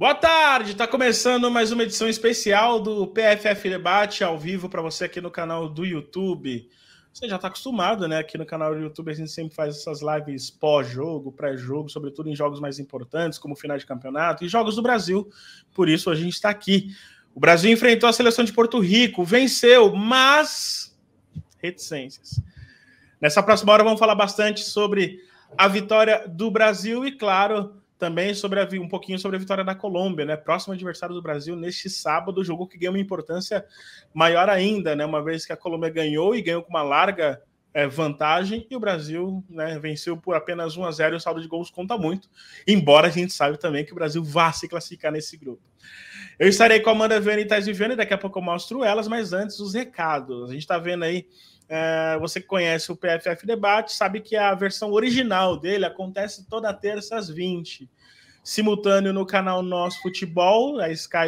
Boa tarde, está começando mais uma edição especial do PFF Debate ao vivo para você aqui no canal do YouTube. Você já está acostumado, né? Aqui no canal do YouTube a gente sempre faz essas lives pós-jogo, pré-jogo, sobretudo em jogos mais importantes, como final de campeonato e jogos do Brasil. Por isso a gente está aqui. O Brasil enfrentou a seleção de Porto Rico, venceu, mas reticências. Nessa próxima hora vamos falar bastante sobre a vitória do Brasil e, claro, também sobre um pouquinho sobre a vitória da Colômbia, né? Próximo adversário do Brasil neste sábado, jogo que ganhou uma importância maior ainda, né? Uma vez que a Colômbia ganhou e ganhou com uma larga vantagem, e o Brasil, né, venceu por apenas 1-0 e o saldo de gols conta muito, embora a gente saiba também que o Brasil vá se classificar nesse grupo. Eu estarei com a Amanda Viana e Thais Viviane, daqui a pouco eu mostro elas, mas antes os recados. A gente está vendo aí, você que conhece o PFF Debate, sabe que a versão original dele acontece toda terça às 20, simultâneo no canal Nosso Futebol, a Sky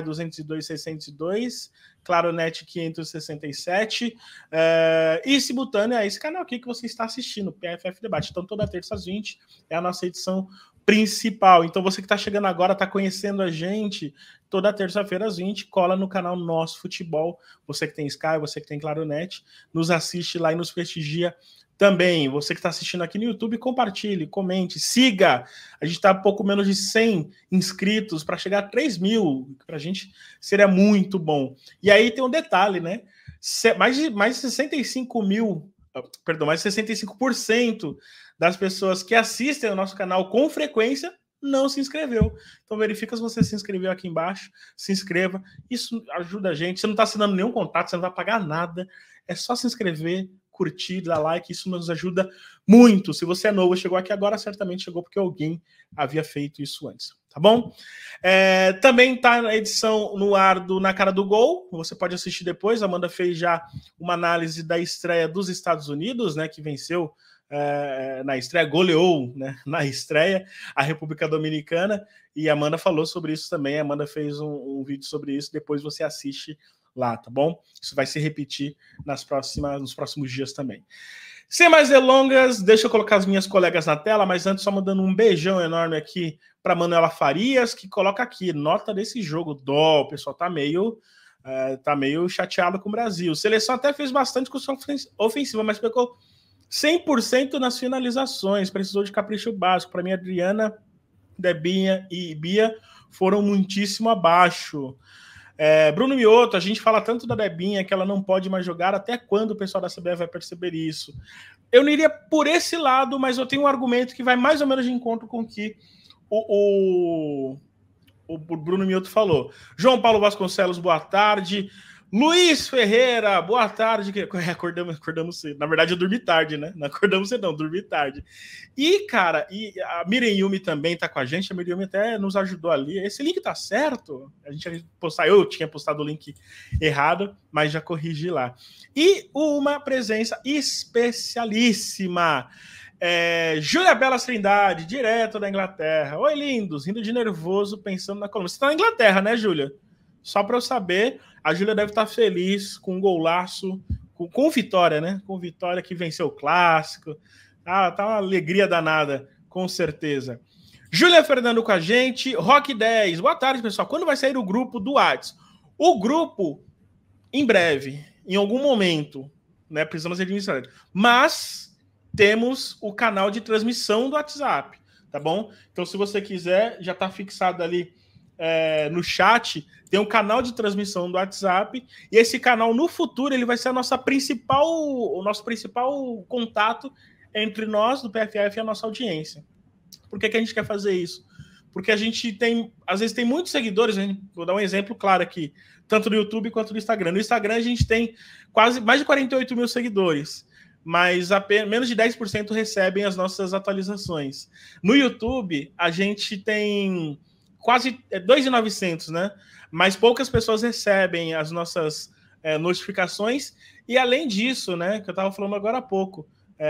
202/602, Claro Net 567, e simultâneo a esse canal aqui que você está assistindo, o PFF Debate. Então, toda terça às 20 é a nossa edição principal. Então, você que está chegando agora, está conhecendo a gente, toda terça-feira às 20, cola no canal Nosso Futebol. Você que tem Sky, você que tem Claro Net, nos assiste lá e nos prestigia também. Você que está assistindo aqui no YouTube, compartilhe, comente, siga. A gente está a pouco menos de 100 inscritos para chegar a 3 mil. Para a gente seria muito bom. E aí tem um detalhe, né? Mais de 65 mil, perdão, mais de 65% das pessoas que assistem ao nosso canal com frequência não se inscreveu. Então verifica se você se inscreveu aqui embaixo, se inscreva. Isso ajuda a gente. Você não está assinando nenhum contrato, você não vai pagar nada. É só se inscrever, curtir, dar like, isso nos ajuda muito. Se você é novo, chegou aqui agora, certamente chegou porque alguém havia feito isso antes, tá bom? Também tá na edição no ar do Na Cara do Gol, você pode assistir depois. A Amanda fez já uma análise da estreia dos Estados Unidos, né, que venceu na estreia, goleou, né, na estreia a República Dominicana, e a Amanda falou sobre isso também. A Amanda fez um vídeo sobre isso, depois você assiste lá, tá bom? Isso vai se repetir nos próximos dias também. Sem mais delongas, deixa eu colocar as minhas colegas na tela, mas antes só mandando um beijão enorme aqui para Manuela Farias, que coloca aqui, nota desse jogo, dó, o pessoal tá meio chateado com o Brasil. A seleção até fez bastante construção ofensiva, mas pegou 100% nas finalizações, precisou de capricho básico. Para mim, Adriana, Debinha e Bia foram muitíssimo abaixo. Bruno Mioto, a gente fala tanto da Debinha que ela não pode mais jogar, até quando o pessoal da CBF vai perceber isso? Eu não iria por esse lado, mas eu tenho um argumento que vai mais ou menos de encontro com o que o Bruno Mioto falou. João Paulo Vasconcelos, boa tarde. Luiz Ferreira, boa tarde. Acordamos cedo. Na verdade, eu dormi tarde, né? Não acordamos cedo, não, dormi tarde. E, cara, a Miriam Yumi também tá com a gente. A Miriam Yumi até nos ajudou ali. Esse link tá certo? Eu tinha postado o link errado, mas já corrigi lá. E uma presença especialíssima. Júlia Bela Trindade, direto da Inglaterra. Oi, lindos. Rindo de nervoso, pensando na Colômbia. Você tá na Inglaterra, né, Júlia? Só para eu saber, a Júlia deve estar feliz com um golaço, com vitória, né? Com vitória que venceu o clássico. Tá uma alegria danada, com certeza. Júlia Fernando com a gente. Rock 10. Boa tarde, pessoal. Quando vai sair o grupo do Whats? O grupo, em breve, em algum momento, né? Precisamos administrar. Mas temos o canal de transmissão do WhatsApp, tá bom? Então, se você quiser, já está fixado ali no chat, tem um canal de transmissão do WhatsApp, e esse canal no futuro ele vai ser o nosso principal contato entre nós do PFF e a nossa audiência. Por que a gente quer fazer isso? Porque a gente às vezes tem muitos seguidores. Vou dar um exemplo claro aqui, tanto no YouTube quanto no Instagram. No Instagram a gente tem quase mais de 48 mil seguidores, mas apenas menos de 10% recebem as nossas atualizações. No YouTube a gente tem quase 2.900, né? Mas poucas pessoas recebem as nossas notificações. E além disso, né, que eu estava falando agora há pouco,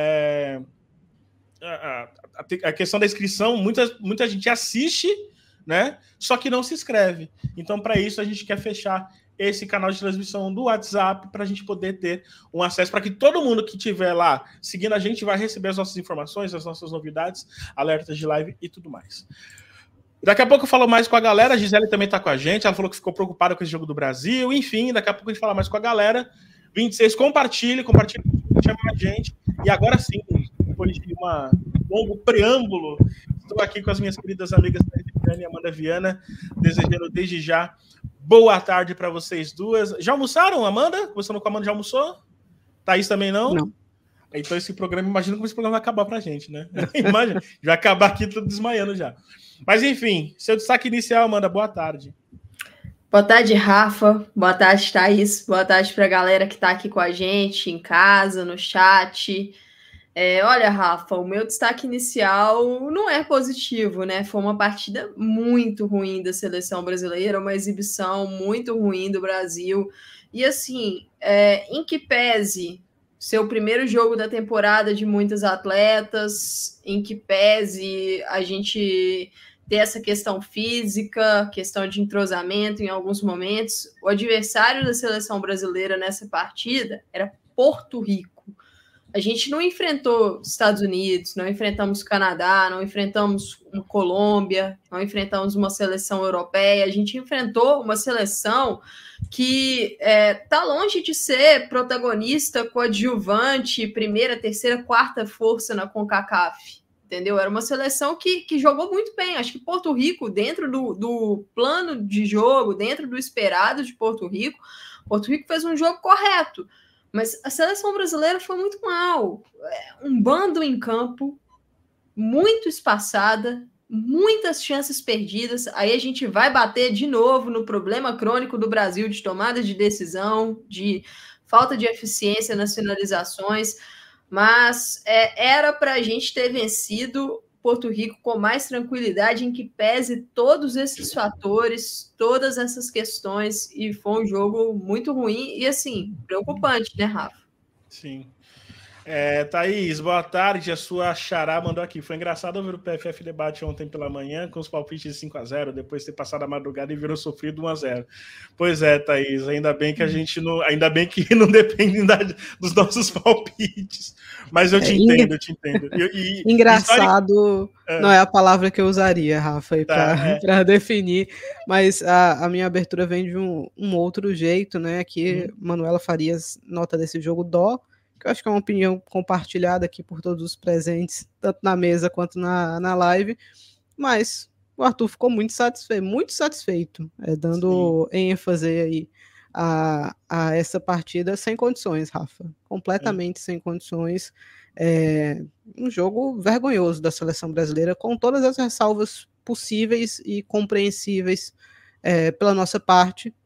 a questão da inscrição, muita gente assiste, né? Só que não se inscreve. Então, para isso, a gente quer fechar esse canal de transmissão do WhatsApp para a gente poder ter um acesso, para que todo mundo que estiver lá seguindo a gente vai receber as nossas informações, as nossas novidades, alertas de live e tudo mais. Daqui a pouco eu falo mais com a galera. A Gisele também tá com a gente. Ela falou que ficou preocupada com esse jogo do Brasil. Enfim, daqui a pouco a gente fala mais com a galera. 26, compartilhe, chama a gente. E agora sim, depois de um longo preâmbulo, estou aqui com as minhas queridas amigas Viviane e Amanda Viana, desejando desde já boa tarde para vocês duas. Já almoçaram, Amanda? Começando com a Amanda, já almoçou? Thaís também não? Não. Então esse programa, imagina como esse programa vai acabar pra gente, né? Imagina, vai acabar aqui tudo desmaiando já. Mas enfim, seu destaque inicial, Amanda, boa tarde. Boa tarde, Rafa. Boa tarde, Thaís. Boa tarde para a galera que está aqui com a gente, em casa, no chat. Olha, Rafa, o meu destaque inicial não é positivo, né? Foi uma partida muito ruim da seleção brasileira, uma exibição muito ruim do Brasil. E assim, em que pese ser o primeiro jogo da temporada de muitos atletas, em que pese a gente ter essa questão física, questão de entrosamento em alguns momentos, o adversário da seleção brasileira nessa partida era Porto Rico. A gente não enfrentou Estados Unidos, não enfrentamos Canadá, não enfrentamos uma Colômbia, não enfrentamos uma seleção europeia, a gente enfrentou uma seleção que está longe de ser protagonista, coadjuvante, primeira, terceira, quarta força na CONCACAF. Entendeu? Era uma seleção que jogou muito bem. Acho que Porto Rico, dentro do plano de jogo, dentro do esperado de Porto Rico fez um jogo correto. Mas a seleção brasileira foi muito mal. Um bando em campo, muito espaçada, muitas chances perdidas. Aí a gente vai bater de novo no problema crônico do Brasil de tomada de decisão, de falta de eficiência nas finalizações. Mas era para a gente ter vencido Porto Rico com mais tranquilidade, em que pese todos esses fatores, todas essas questões, e foi um jogo muito ruim e, assim, preocupante, né, Rafa? Sim. Thaís, boa tarde. A sua xará mandou aqui. Foi engraçado ouvir o PFF Debate ontem pela manhã com os palpites de 5-0, depois de ter passado a madrugada e virou sofrido 1-0. Pois é, Thaís, ainda bem que a gente não. Ainda bem que não depende dos nossos palpites. Mas eu te entendo, eu te entendo. Engraçado não é a palavra que eu usaria, Rafa, para definir, mas a minha abertura vem de um outro jeito, né? Aqui, Manuela Farias, nota desse jogo dó, que eu acho que é uma opinião compartilhada aqui por todos os presentes, tanto na mesa quanto na live, mas o Arthur ficou muito satisfeito, dando ênfase aí a essa partida sem condições, Rafa, completamente sem condições. Um jogo vergonhoso da seleção brasileira, com todas as ressalvas possíveis e compreensíveis pela nossa parte.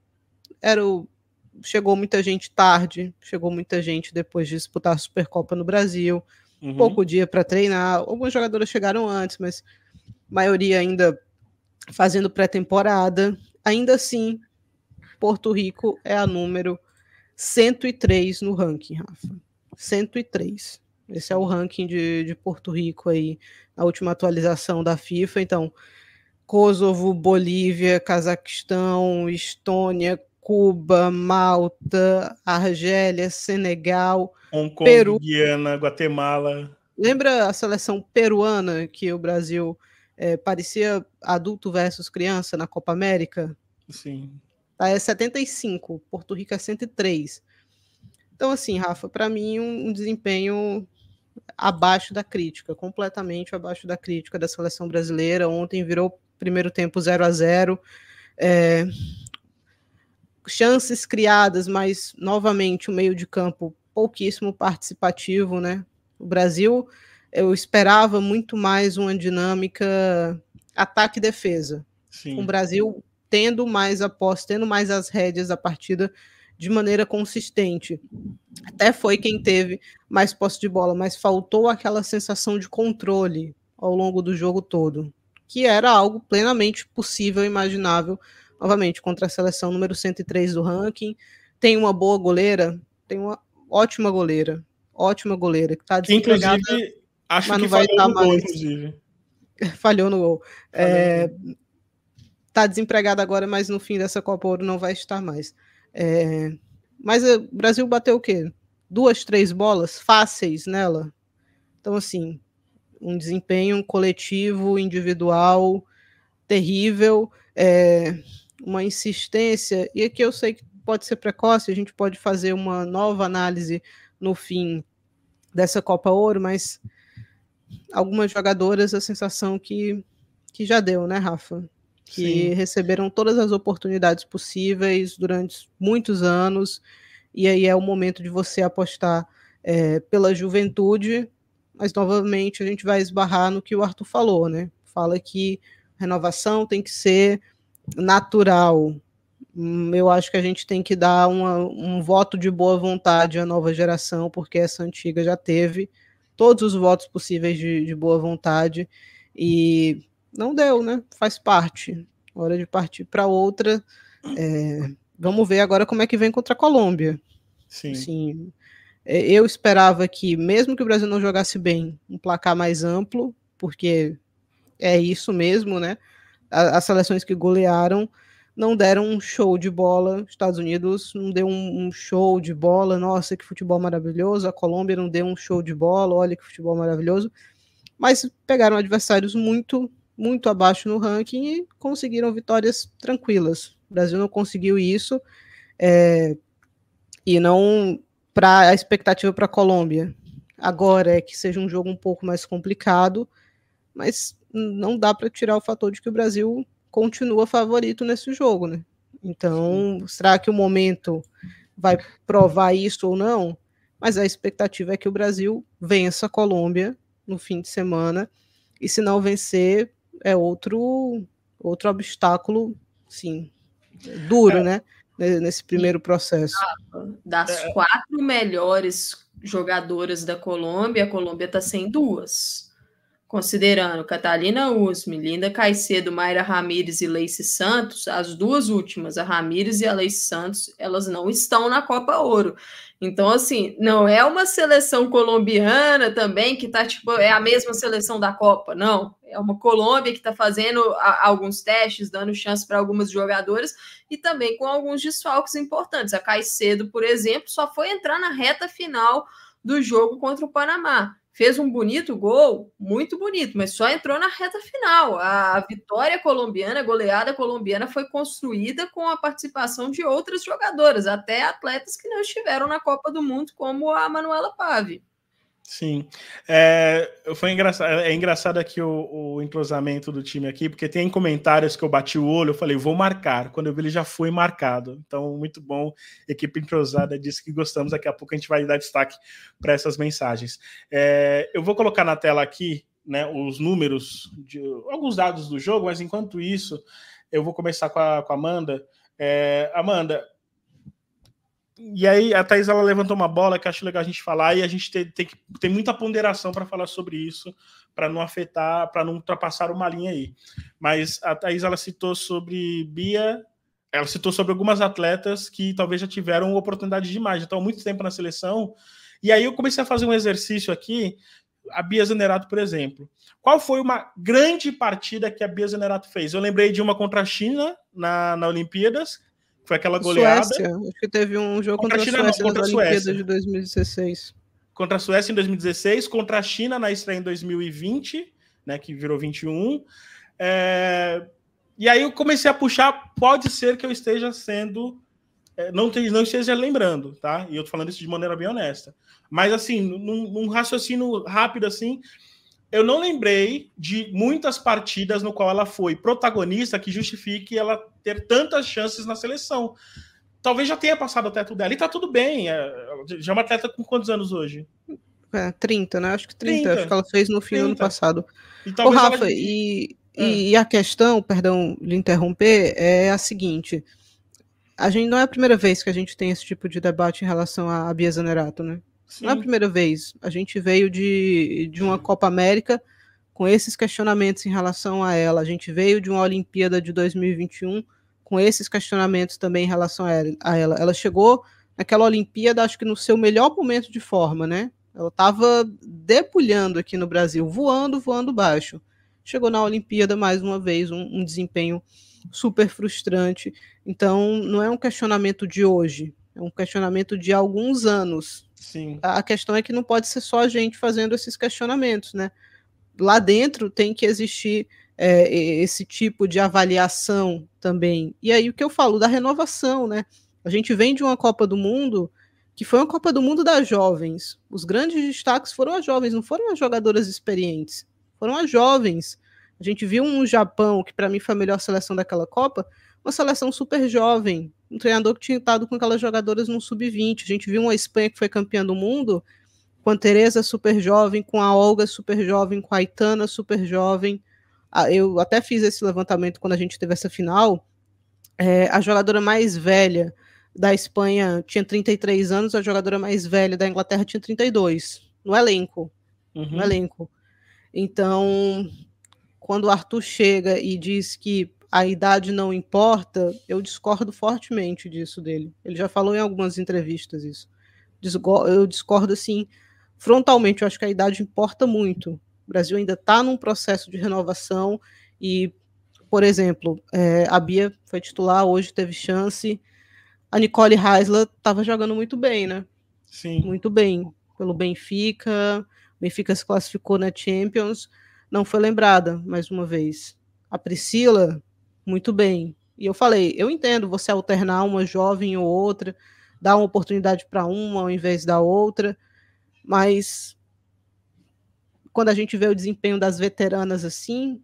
Chegou muita gente tarde, chegou muita gente depois de disputar a Supercopa no Brasil, pouco dia para treinar. Alguns jogadores chegaram antes, mas a maioria ainda fazendo pré-temporada. Ainda assim, Porto Rico é a número 103 no ranking, Rafa. 103. Esse é o ranking de Porto Rico aí, na última atualização da FIFA. Então, Kosovo, Bolívia, Cazaquistão, Estônia, Cuba, Malta, Argélia, Senegal, Hong Kong, Peru, Guiana, Guatemala. Lembra a seleção peruana que o Brasil parecia adulto versus criança na Copa América? Sim. É 75, Porto Rico é 103. Então, assim, Rafa, para mim, um desempenho abaixo da crítica, completamente abaixo da crítica da seleção brasileira. Ontem virou primeiro tempo 0-0. Chances criadas, mas novamente o meio de campo pouquíssimo participativo, né? O Brasil, eu esperava muito mais uma dinâmica ataque e defesa. Sim. O Brasil tendo mais a posse, tendo mais as rédeas da partida de maneira consistente. Até foi quem teve mais posse de bola, mas faltou aquela sensação de controle ao longo do jogo todo, que era algo plenamente possível e imaginável, novamente, contra a seleção número 103 do ranking. Tem uma boa goleira, tem uma ótima goleira, que está desempregada, inclusive, acho mas que não vai estar mais. Inclusive. Falhou no gol. Está desempregada agora, mas no fim dessa Copa Ouro não vai estar mais. Mas o Brasil bateu o quê? 2, 3 bolas fáceis nela. Então, assim, um desempenho coletivo, individual, terrível, uma insistência, e aqui eu sei que pode ser precoce, a gente pode fazer uma nova análise no fim dessa Copa Ouro, mas algumas jogadoras, a sensação que já deu, né, Rafa? Que receberam todas as oportunidades possíveis durante muitos anos, e aí é o momento de você apostar pela juventude, mas novamente a gente vai esbarrar no que o Arthur falou, né? Fala que renovação tem que ser natural. Eu acho que a gente tem que dar um voto de boa vontade à nova geração, porque essa antiga já teve todos os votos possíveis de boa vontade, e não deu, né? Faz parte. Hora de partir para outra. Vamos ver agora como é que vem contra a Colômbia. Sim. Assim, eu esperava que, mesmo que o Brasil não jogasse bem, um placar mais amplo, porque é isso mesmo, né? As seleções que golearam não deram um show de bola. Estados Unidos não deu um show de bola. Nossa, que futebol maravilhoso. A Colômbia não deu um show de bola. Olha que futebol maravilhoso. Mas pegaram adversários muito, muito abaixo no ranking e conseguiram vitórias tranquilas. O Brasil não conseguiu isso. E não para a expectativa para a Colômbia. Agora é que seja um jogo um pouco mais complicado, mas não dá para tirar o fator de que o Brasil continua favorito nesse jogo, né? Então, será que o momento vai provar isso ou não? Mas a expectativa é que o Brasil vença a Colômbia no fim de semana, e se não vencer, é outro obstáculo, sim, duro, né? Nesse primeiro processo. Das 4 melhores jogadoras da Colômbia, a Colômbia está sem 2. Considerando Catalina Usme, Linda Caicedo, Mayra Ramírez e Lacey Santos, as 2 últimas, a Ramírez e a Lacey Santos, elas não estão na Copa Ouro. Então, assim, não é uma seleção colombiana também que tá, tipo, é a mesma seleção da Copa, não. É uma Colômbia que está fazendo alguns testes, dando chance para algumas jogadoras e também com alguns desfalques importantes. A Caicedo, por exemplo, só foi entrar na reta final do jogo contra o Panamá. Fez um bonito gol, muito bonito, mas só entrou na reta final. A vitória colombiana, a goleada colombiana foi construída com a participação de outras jogadoras, até atletas que não estiveram na Copa do Mundo, como a Manuela Pave. Sim. Foi engraçado. É engraçado aqui o entrosamento do time aqui, porque tem comentários que eu bati o olho, eu falei, vou marcar. Quando eu vi, ele já foi marcado. Então, muito bom. Equipe entrosada, disse que gostamos. Daqui a pouco a gente vai dar destaque para essas mensagens. Eu vou colocar na tela aqui, né, os números, alguns dados do jogo, mas enquanto isso, eu vou começar com a Amanda. Amanda, e aí a Thaís, ela levantou uma bola que acho legal a gente falar, e a gente tem muita ponderação para falar sobre isso, para não afetar, para não ultrapassar uma linha aí. Mas a Thaís, ela citou sobre Bia, ela citou sobre algumas atletas que talvez já tiveram oportunidade demais, já estão há muito tempo na seleção, e aí eu comecei a fazer um exercício aqui, a Bia Zanerato, por exemplo. Qual foi uma grande partida que a Bia Zanerato fez? Eu lembrei de uma contra a China na Olimpíadas, foi aquela goleada. Suécia, acho que teve um jogo contra a China, nas Olimpíadas de 2016. Contra a Suécia em 2016, contra a China na estreia em 2020, né, que virou 21. E aí eu comecei a puxar, pode ser que eu esteja sendo... não esteja lembrando, tá? E eu tô falando isso de maneira bem honesta. Mas, assim, num raciocínio rápido, assim, eu não lembrei de muitas partidas no qual ela foi protagonista que justifique ela ter tantas chances na seleção. Talvez já tenha passado o teto dela. E tá tudo bem. Já é uma atleta com quantos anos hoje? 30, né? Acho que 30. Acho que ela fez no fim do ano passado. Ô, Rafa, e a questão, perdão lhe interromper, é a seguinte. A gente não é a primeira vez que a gente tem esse tipo de debate em relação a Bia Zanerato, né? Sim. Não é a primeira vez. A gente veio de uma Copa América com esses questionamentos em relação a ela. A gente veio de uma Olimpíada de 2021 com esses questionamentos também em relação a ela. Ela chegou naquela Olimpíada, acho que no seu melhor momento de forma, né? Ela estava debulhando aqui no Brasil, voando baixo. Chegou na Olimpíada mais uma vez, um desempenho super frustrante. Então, não é um questionamento de hoje, é um questionamento de alguns anos. Sim. A questão é que não pode ser só a gente fazendo esses questionamentos, né? Lá dentro tem que existir esse tipo de avaliação também. E aí o que eu falo da renovação, né? A gente vem de uma Copa do Mundo que foi uma Copa do Mundo das jovens. Os grandes destaques foram as jovens, não foram as jogadoras experientes, foram as jovens. A gente viu um Japão, que para mim foi a melhor seleção daquela Copa, uma seleção super jovem, um treinador que tinha estado com aquelas jogadoras no sub-20. A gente viu uma Espanha que foi campeã do mundo, com a Teresa super jovem, com a Olga super jovem, com a Aitana super jovem. Eu até fiz esse levantamento quando a gente teve essa final. A jogadora mais velha da Espanha tinha 33 anos, a jogadora mais velha da Inglaterra tinha 32, no elenco. No elenco. Então, quando o Arthur chega e diz que a idade não importa, eu discordo fortemente disso dele. Ele já falou em algumas entrevistas isso. Eu discordo, assim, frontalmente. Eu acho que a idade importa muito. O Brasil ainda está num processo de renovação e, por exemplo, a Bia foi titular, hoje teve chance. A Nicole Heisler estava jogando muito bem, né? Sim. Muito bem. Pelo Benfica. O Benfica se classificou na Champions. Não foi lembrada, mais uma vez. A Priscila, muito bem. E eu falei, eu entendo você alternar uma jovem ou outra, dar uma oportunidade para uma ao invés da outra, mas quando a gente vê o desempenho das veteranas assim,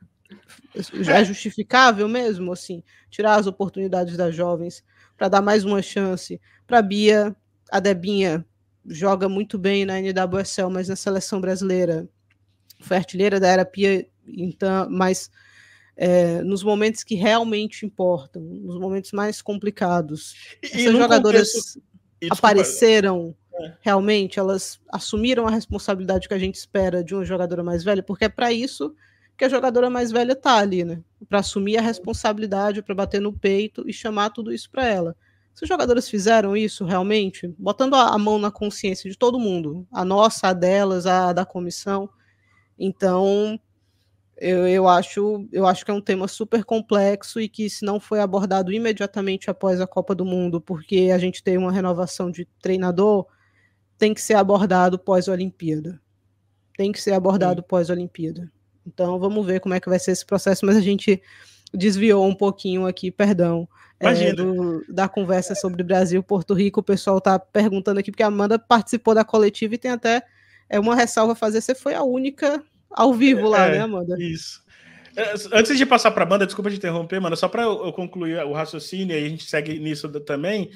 é justificável mesmo, assim, tirar as oportunidades das jovens para dar mais uma chance para a Bia. A Debinha joga muito bem na NWSL, mas na seleção brasileira foi artilheira da Era Pia, então, mas nos momentos que realmente importam, nos momentos mais complicados, essas jogadoras apareceram realmente, elas assumiram a responsabilidade que a gente espera de uma jogadora mais velha, porque é para isso que a jogadora mais velha está ali, né? Para assumir a responsabilidade, para bater no peito e chamar tudo isso para ela. Se os jogadores fizeram isso realmente, botando a mão na consciência de todo mundo, a nossa, a delas, a da comissão, então eu acho que é um tema super complexo e que, se não foi abordado imediatamente após a Copa do Mundo, porque a gente tem uma renovação de treinador, tem que ser abordado pós-Olimpíada. Tem que ser abordado pós-Olimpíada. Então, vamos ver como é que vai ser esse processo, mas a gente desviou um pouquinho aqui, perdão, da conversa sobre Brasil e Porto Rico. O pessoal está perguntando aqui, porque a Amanda participou da coletiva e tem até uma ressalva a fazer. Você foi a única ao vivo lá, né, Amanda? Isso. Antes de passar para a Amanda, desculpa te interromper, Amanda, só para eu concluir o raciocínio, e a gente segue nisso também.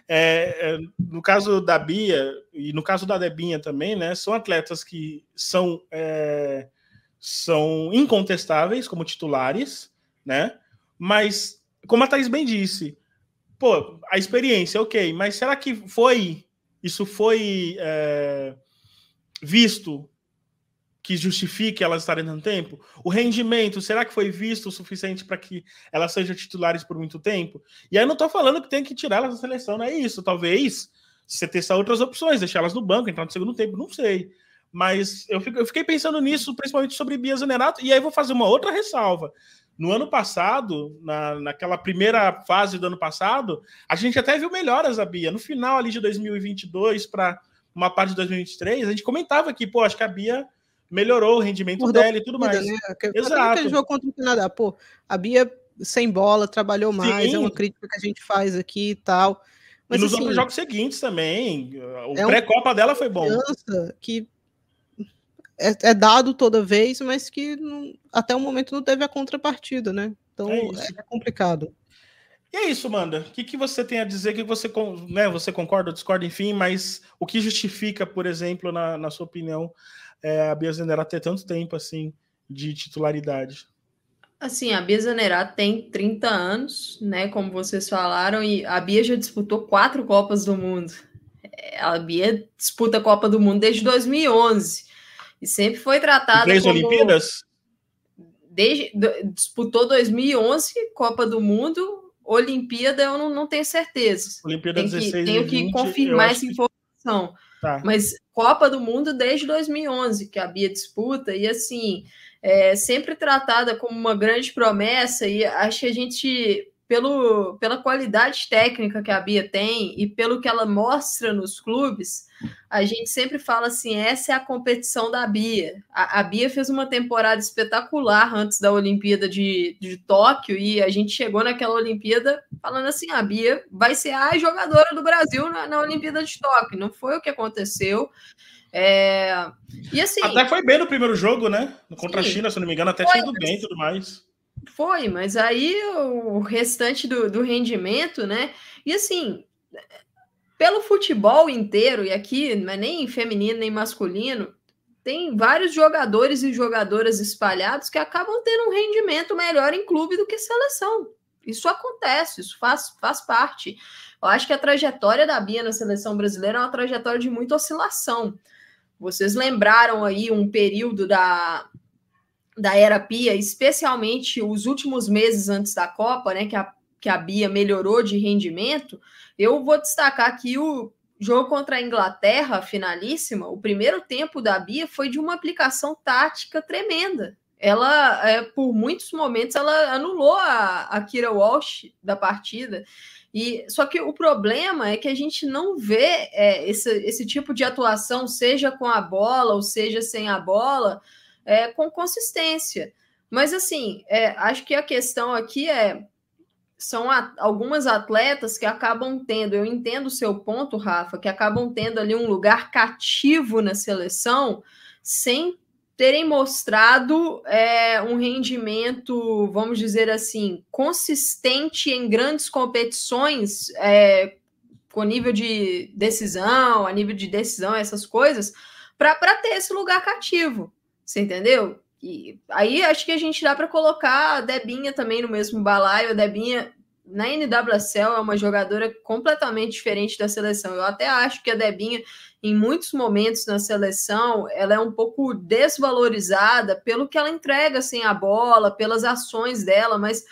No caso da Bia e no caso da Debinha também, né, são atletas que são incontestáveis como titulares, né? Mas, como a Thaís bem disse, pô, a experiência, ok, mas será que isso foi visto que justifique elas estarem dando tempo? O rendimento, será que foi visto o suficiente para que elas sejam titulares por muito tempo? E aí eu não estou falando que tem que tirar elas da seleção, não é isso. Talvez você testar outras opções, deixar elas no banco, entrar no segundo tempo, não sei. Mas eu fiquei pensando nisso, principalmente sobre Bia Zanerato, e aí vou fazer uma outra ressalva. No ano passado, naquela primeira fase do ano passado, a gente até viu melhoras da Bia. No final ali de 2022 para uma parte de 2023, a gente comentava que, pô, acho que a Bia melhorou o rendimento dela e tudo mais. Né? Exato. Aquele jogo contra o Canadá, pô, a Bia sem bola, trabalhou mais, é uma crítica que a gente faz aqui e tal. Mas, e nos outros jogos seguintes também, o pré-copa dela foi bom. Que é dado toda vez, mas que até o momento não teve a contrapartida, né? Então é complicado. E é isso, Amanda. O que você tem a dizer? O que você concorda ou discorda, enfim, mas o que justifica, por exemplo, na sua opinião, a Bia Zanerato ter tanto tempo assim de titularidade? Assim, a Bia Zanerato tem 30 anos, né? Como vocês falaram, e a Bia já disputou 4 Copas do Mundo. A Bia disputa a Copa do Mundo desde 2011 e sempre foi tratada 3 como... Olimpíadas? Disputou 2011, Copa do Mundo, Olimpíada eu não tenho certeza. Olimpíada 16 tenho que confirmar essa informação. Tá. Mas Copa do Mundo desde 2011, que a Bia disputa, e assim, sempre tratada como uma grande promessa, e acho que a gente pela qualidade técnica que a Bia tem e pelo que ela mostra nos clubes, a gente sempre fala assim, essa é a competição da Bia. A Bia fez uma temporada espetacular antes da Olimpíada de Tóquio e a gente chegou naquela Olimpíada falando assim, a Bia vai ser a jogadora do Brasil na Olimpíada de Tóquio. Não foi o que aconteceu. E assim, até foi bem no primeiro jogo, né? Contra a China, se não me engano, até tinha ido bem e tudo mais. Foi, mas aí o restante do rendimento, né? E assim, pelo futebol inteiro, e aqui não é nem feminino nem masculino, tem vários jogadores e jogadoras espalhados que acabam tendo um rendimento melhor em clube do que seleção. Isso acontece, isso faz parte. Eu acho que a trajetória da Bia na seleção brasileira é uma trajetória de muita oscilação. Vocês lembraram aí um período da era Pia, especialmente os últimos meses antes da Copa, né, que a Bia melhorou de rendimento. Eu vou destacar aqui o jogo contra a Inglaterra, finalíssima. O primeiro tempo da Bia foi de uma aplicação tática tremenda. Ela, por muitos momentos, ela anulou a Kira Walsh da partida. Só que o problema é que a gente não vê esse tipo de atuação, seja com a bola ou seja sem a bola, com consistência. Mas, assim, acho que a questão aqui são algumas atletas que acabam tendo, eu entendo o seu ponto, Rafa, que acabam tendo ali um lugar cativo na seleção sem terem mostrado um rendimento, vamos dizer assim, consistente em grandes competições, com nível de decisão, essas coisas, para ter esse lugar cativo. Você entendeu? E aí acho que a gente dá para colocar a Debinha também no mesmo balaio. A Debinha na NWSL é uma jogadora completamente diferente da seleção. Eu até acho que a Debinha, em muitos momentos na seleção, ela é um pouco desvalorizada pelo que ela entrega sem a bola, pelas ações dela, mas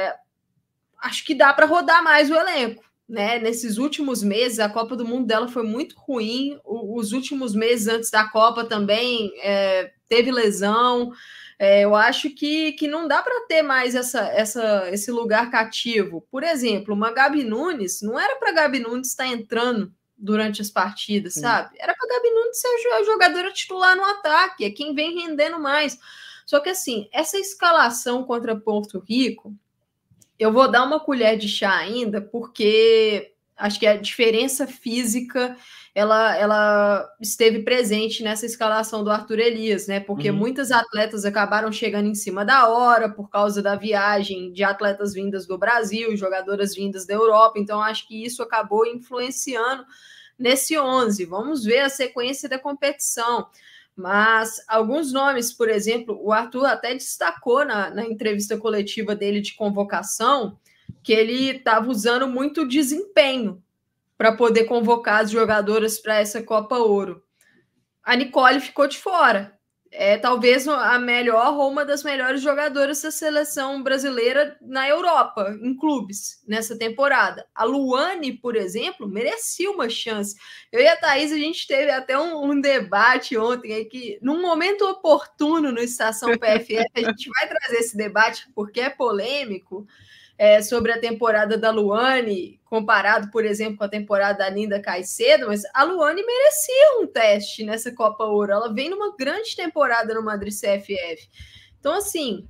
acho que dá para rodar mais o elenco. Né? Nesses últimos meses, a Copa do Mundo dela foi muito ruim. Os últimos meses antes da Copa também teve lesão. Eu acho que não dá para ter mais esse lugar cativo. Por exemplo, uma Gabi Nunes, não era para a Gabi Nunes estar entrando durante as partidas, sabe? Era para a Gabi Nunes ser a jogadora titular no ataque, é quem vem rendendo mais. Só que, assim, essa escalação contra Porto Rico, eu vou dar uma colher de chá ainda, porque acho que a diferença física ela esteve presente nessa escalação do Arthur Elias, né? Porque muitas atletas acabaram chegando em cima da hora por causa da viagem de atletas vindas do Brasil, jogadoras vindas da Europa. Então, acho que isso acabou influenciando nesse 11. Vamos ver a sequência da competição. Mas alguns nomes, por exemplo, o Arthur até destacou na entrevista coletiva dele de convocação que ele estava usando muito desempenho para poder convocar as jogadoras para essa Copa Ouro. A Nicole ficou de fora. Talvez a melhor ou uma das melhores jogadoras da seleção brasileira na Europa, em clubes, nessa temporada. A Luane, por exemplo, merecia uma chance. Eu e a Thaís, a gente teve até um debate ontem, aí que, num momento oportuno no Estação PFF, a gente vai trazer esse debate porque é polêmico, sobre a temporada da Luane, comparado, por exemplo, com a temporada da Linda Caicedo, mas a Luane merecia um teste nessa Copa Ouro. Ela vem numa grande temporada no Madrid CFF. Então, assim,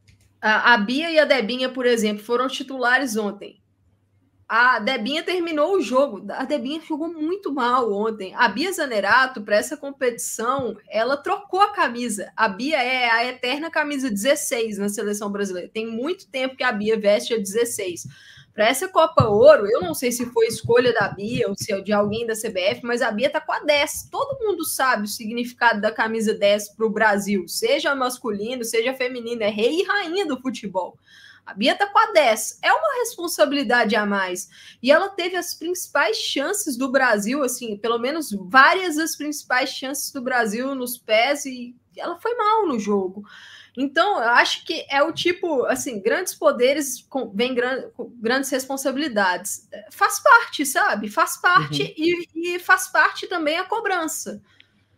a Bia e a Debinha, por exemplo, foram titulares ontem. A Debinha terminou o jogo. A Debinha jogou muito mal ontem. A Bia Zanerato, para essa competição, ela trocou a camisa. A Bia é a eterna camisa 16 na seleção brasileira. Tem muito tempo que a Bia veste a 16. Para essa Copa Ouro, eu não sei se foi escolha da Bia ou se é de alguém da CBF, mas a Bia está com a 10. Todo mundo sabe o significado da camisa 10 para o Brasil, seja masculino, seja feminino, é rei e rainha do futebol. A Bia tá com a 10. É uma responsabilidade a mais. E ela teve as principais chances do Brasil, assim, pelo menos várias das principais chances do Brasil nos pés, e ela foi mal no jogo. Então, eu acho que é o tipo, assim, grandes poderes vêm com grandes responsabilidades. Faz parte, sabe? Faz parte e faz parte também a cobrança.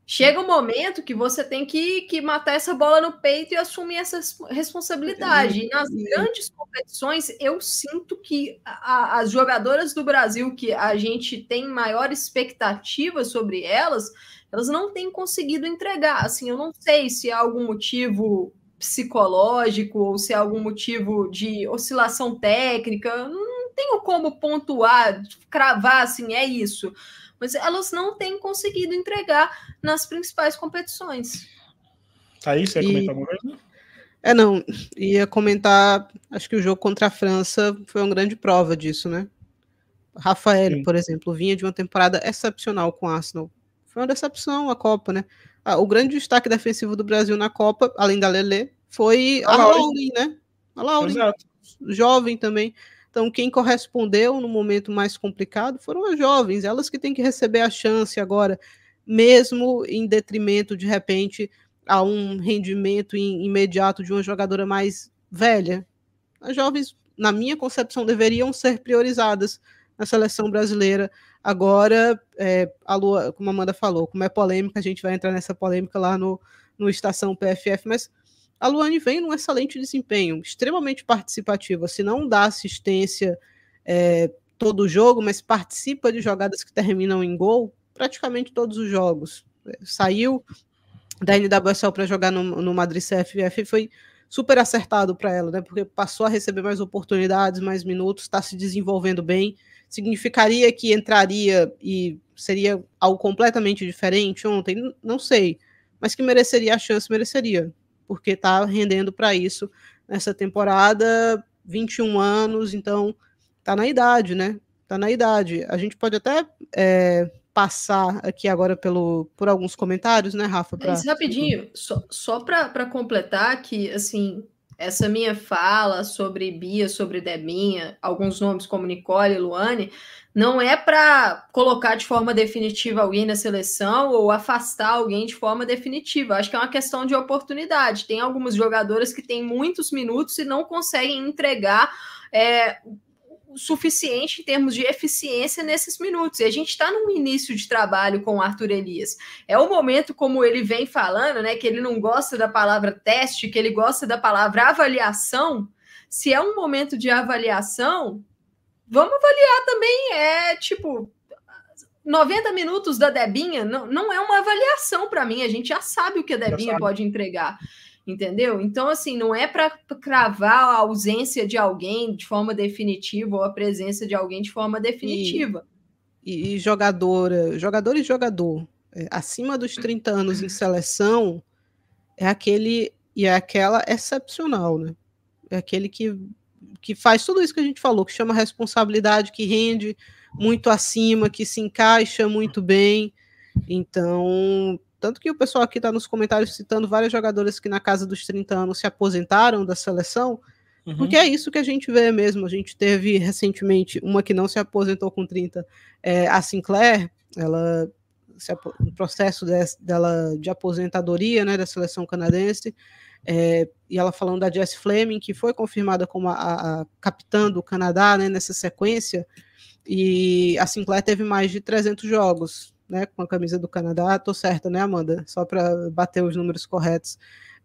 Chega um momento que você tem que matar essa bola no peito e assumir essa responsabilidade. E nas grandes competições, eu sinto que as jogadoras do Brasil, que a gente tem maior expectativa sobre elas não têm conseguido entregar. Assim, eu não sei se há algum motivo psicológico ou se há algum motivo de oscilação técnica. Não tenho como pontuar, cravar assim, é isso. Mas elas não têm conseguido entregar nas principais competições. Thaís, você ia comentar alguma coisa? Não, ia comentar, acho que o jogo contra a França foi uma grande prova disso, né? Rafael, por exemplo, vinha de uma temporada excepcional com o Arsenal. Foi uma decepção a Copa, né? O grande destaque defensivo do Brasil na Copa, além da Lelê, foi a Lauren, né? A Lauren, jovem também. Então, quem correspondeu no momento mais complicado foram as jovens, elas que têm que receber a chance agora, mesmo em detrimento, de repente, a um rendimento imediato de uma jogadora mais velha. As jovens, na minha concepção, deveriam ser priorizadas na seleção brasileira. Agora, a Lua, como a Amanda falou, como é polêmica, a gente vai entrar nessa polêmica lá no Estação PFF, mas a Luane vem num excelente desempenho, extremamente participativa. Se não dá assistência todo o jogo, mas participa de jogadas que terminam em gol, praticamente todos os jogos. Saiu da NWSL para jogar no Madrid CFF e foi super acertado para ela, né? Porque passou a receber mais oportunidades, mais minutos, está se desenvolvendo bem. Significaria que entraria e seria algo completamente diferente ontem? Não sei, mas que mereceria a chance, mereceria, porque está rendendo para isso nessa temporada, 21 anos, então está na idade, né? Está na idade. A gente pode até passar aqui agora por alguns comentários, né, Rafa? Mas rapidinho, só para completar que, assim, essa minha fala sobre Bia, sobre Debinha, alguns nomes como Nicole e Luane, não é para colocar de forma definitiva alguém na seleção ou afastar alguém de forma definitiva. Acho que é uma questão de oportunidade. Tem algumas jogadoras que têm muitos minutos e não conseguem entregar o suficiente em termos de eficiência nesses minutos. E a gente está num início de trabalho com o Arthur Elias. É o momento, como ele vem falando, né, que ele não gosta da palavra teste, que ele gosta da palavra avaliação. Se é um momento de avaliação, vamos avaliar também, 90 minutos da Debinha não é uma avaliação para mim, a gente já sabe o que a Debinha pode entregar. Entendeu? Então, assim, não é para cravar a ausência de alguém de forma definitiva ou a presença de alguém de forma definitiva. E jogador, acima dos 30 anos em seleção, é aquela excepcional, né? É aquele que faz tudo isso que a gente falou, que chama responsabilidade, que rende muito acima, que se encaixa muito bem. Então, tanto que o pessoal aqui está nos comentários citando várias jogadoras que na casa dos 30 anos se aposentaram da seleção, porque é isso que a gente vê mesmo. A gente teve recentemente uma que não se aposentou com 30, a Sinclair, no processo dela de aposentadoria, né, da seleção canadense, e ela falando da Jessie Fleming, que foi confirmada como a capitã do Canadá, né, nessa sequência, e a Sinclair teve mais de 300 jogos, né, com a camisa do Canadá. Tô certa, né, Amanda? Só para bater os números corretos.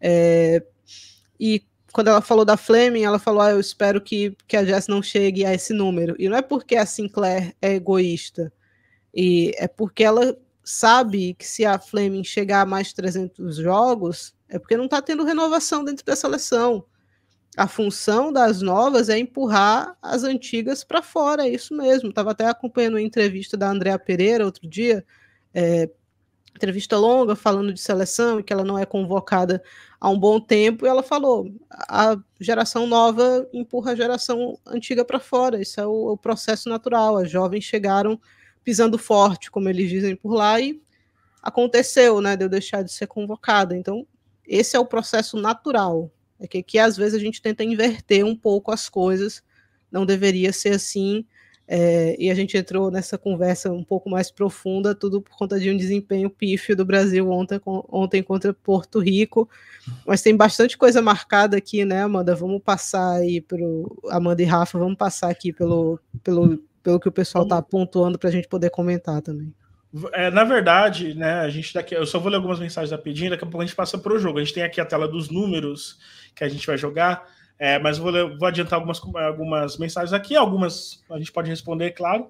E quando ela falou da Fleming, ela falou, eu espero que a Jess não chegue a esse número. E não é porque a Sinclair é egoísta, e é porque ela sabe que se a Fleming chegar a mais 300 jogos, é porque não está tendo renovação dentro da seleção. A função das novas é empurrar as antigas para fora, é isso mesmo. Estava até acompanhando uma entrevista da Andrea Pereira outro dia, entrevista longa, falando de seleção e que ela não é convocada há um bom tempo, e ela falou, a geração nova empurra a geração antiga para fora, isso é o processo natural, as jovens chegaram pisando forte, como eles dizem por lá, e aconteceu, né, de eu deixar de ser convocada. Então, esse é o processo natural. É que às vezes a gente tenta inverter um pouco as coisas, não deveria ser assim, e a gente entrou nessa conversa um pouco mais profunda, tudo por conta de um desempenho pífio do Brasil ontem contra Porto Rico, mas tem bastante coisa marcada aqui, né, Amanda? Vamos passar aí Amanda e Rafa, vamos passar aqui pelo que o pessoal está pontuando para a gente poder comentar também. Na verdade, né, a gente eu só vou ler algumas mensagens rapidinho, daqui a pouco a gente passa para o jogo. A gente tem aqui a tela dos números que a gente vai jogar, mas vou adiantar algumas mensagens aqui, algumas a gente pode responder, claro.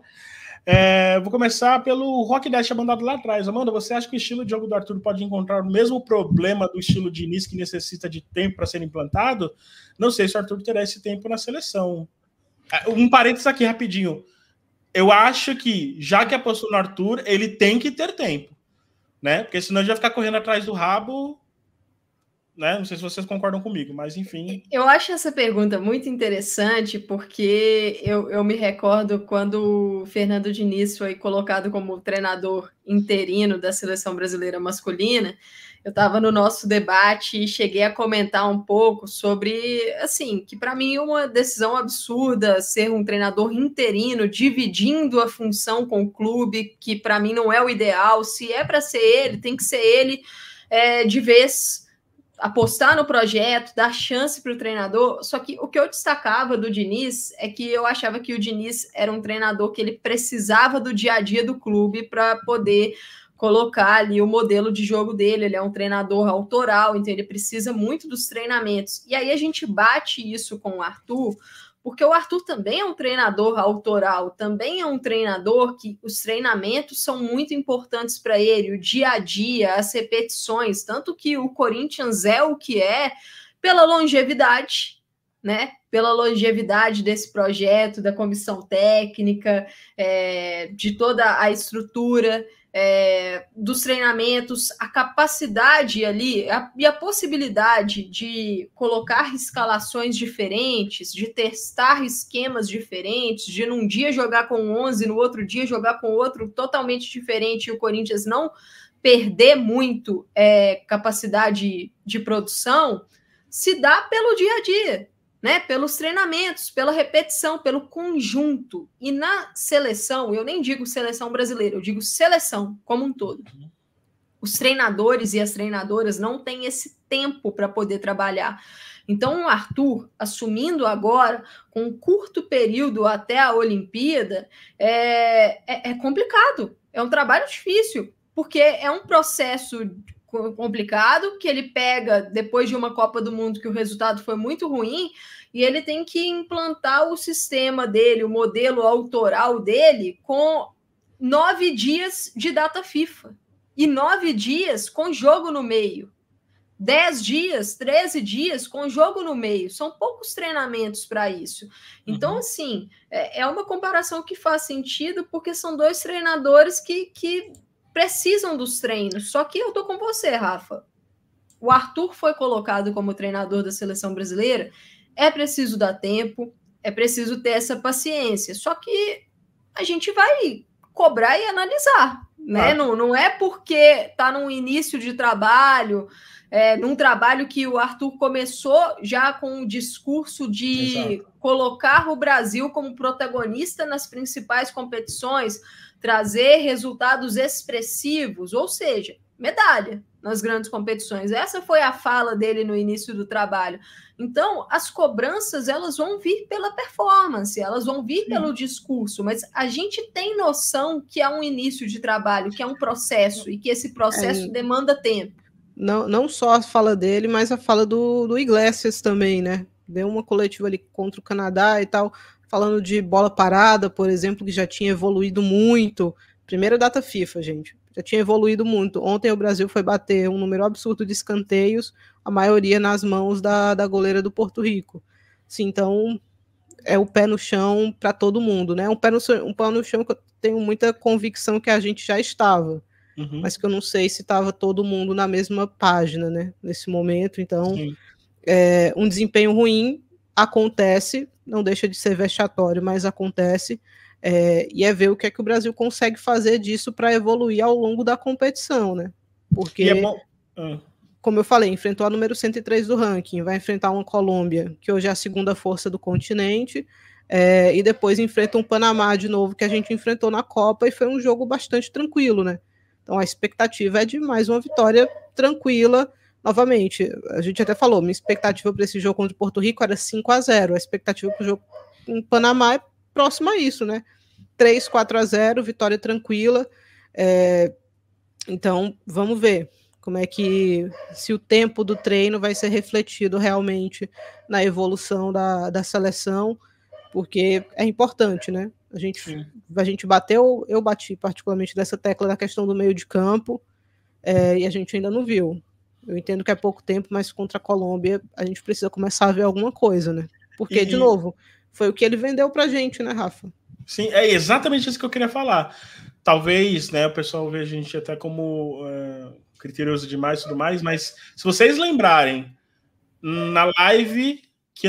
Vou começar pelo Rock Dash mandado lá atrás. Amanda, você acha que o estilo de jogo do Arthur pode encontrar o mesmo problema do estilo de Diniz, que necessita de tempo para ser implantado? Não sei se o Arthur terá esse tempo na seleção. Um parênteses aqui rapidinho. Eu acho que, já que apostou no Arthur, ele tem que ter tempo, né? Porque senão ele vai ficar correndo atrás do rabo, né? Não sei se vocês concordam comigo, mas enfim. Eu acho essa pergunta muito interessante, porque eu me recordo quando o Fernando Diniz foi colocado como treinador interino da seleção brasileira masculina. Eu estava no nosso debate e cheguei a comentar um pouco sobre, assim, que para mim é uma decisão absurda ser um treinador interino, dividindo a função com o clube, que para mim não é o ideal. Se é para ser ele, tem que ser ele de vez, apostar no projeto, dar chance para o treinador. Só que o que eu destacava do Diniz é que eu achava que o Diniz era um treinador que ele precisava do dia a dia do clube para poder colocar ali o modelo de jogo dele. Ele é um treinador autoral, então ele precisa muito dos treinamentos. E aí a gente bate isso com o Arthur, porque o Arthur também é um treinador autoral, também é um treinador que os treinamentos são muito importantes para ele, o dia a dia, as repetições, tanto que o Corinthians é o que é pela longevidade, né? Pela longevidade desse projeto, da comissão técnica, de toda a estrutura, dos treinamentos, a capacidade ali e a possibilidade de colocar escalações diferentes, de testar esquemas diferentes, de num dia jogar com 11, no outro dia jogar com outro totalmente diferente, e o Corinthians não perder muito capacidade de produção, se dá pelo dia a dia, né? Pelos treinamentos, pela repetição, pelo conjunto. E na seleção, eu nem digo seleção brasileira, eu digo seleção como um todo. Os treinadores e as treinadoras não têm esse tempo para poder trabalhar. Então, o Arthur, assumindo agora, com um curto período até a Olimpíada, é complicado. É um trabalho difícil, porque é um processo complicado, que ele pega depois de uma Copa do Mundo que o resultado foi muito ruim, e ele tem que implantar o sistema dele, o modelo autoral dele, com 9 dias de data FIFA. E 9 dias com jogo no meio. 10 dias, 13 dias com jogo no meio. São poucos treinamentos para isso. Então, assim, é uma comparação que faz sentido, porque são dois treinadores que precisam dos treinos. Só que eu tô com você, Rafa. O Arthur foi colocado como treinador da seleção brasileira. É preciso dar tempo, é preciso ter essa paciência. Só que a gente vai cobrar e analisar, né? Não é porque tá num início de trabalho, num trabalho que o Arthur começou já com um discurso de colocar o Brasil como protagonista nas principais competições, trazer resultados expressivos, ou seja, medalha nas grandes competições. Essa foi a fala dele no início do trabalho. Então, as cobranças, elas vão vir pela performance, elas vão vir pelo discurso, mas a gente tem noção que é um início de trabalho, que é um processo, e que esse processo demanda tempo. Não só a fala dele, mas a fala do Iglesias também, né? Deu uma coletiva ali contra o Canadá e tal, falando de bola parada, por exemplo, que já tinha evoluído muito. Primeira data FIFA, gente. Já tinha evoluído muito. Ontem o Brasil foi bater um número absurdo de escanteios, a maioria nas mãos da goleira do Porto Rico. Sim, então, é o pé no chão para todo mundo, né? Um pé no chão que eu tenho muita convicção que a gente já estava, mas que eu não sei se estava todo mundo na mesma página, né? Nesse momento. Então, um desempenho ruim acontece, não deixa de ser vexatório, mas acontece. E é ver o que é que o Brasil consegue fazer disso para evoluir ao longo da competição, né? Porque, como eu falei, enfrentou a número 103 do ranking, vai enfrentar uma Colômbia, que hoje é a segunda força do continente, e depois enfrenta um Panamá de novo, que a gente enfrentou na Copa, e foi um jogo bastante tranquilo, né? Então a expectativa é de mais uma vitória tranquila. Novamente, a gente até falou, minha expectativa para esse jogo contra o Porto Rico era 5-0, a expectativa para o jogo em Panamá é próxima a isso, né? 3-4-0, vitória tranquila. Então, vamos ver como é que, se o tempo do treino vai ser refletido realmente na evolução da seleção, porque é importante, né? A gente bateu, eu bati particularmente dessa tecla da questão do meio de campo, e a gente ainda não viu. Eu entendo que é pouco tempo, mas contra a Colômbia a gente precisa começar a ver alguma coisa, né? Porque, de novo, foi o que ele vendeu pra gente, né, Rafa? Sim, é exatamente isso que eu queria falar. Talvez, né, o pessoal veja a gente até como criterioso demais e tudo mais, mas se vocês lembrarem, na live que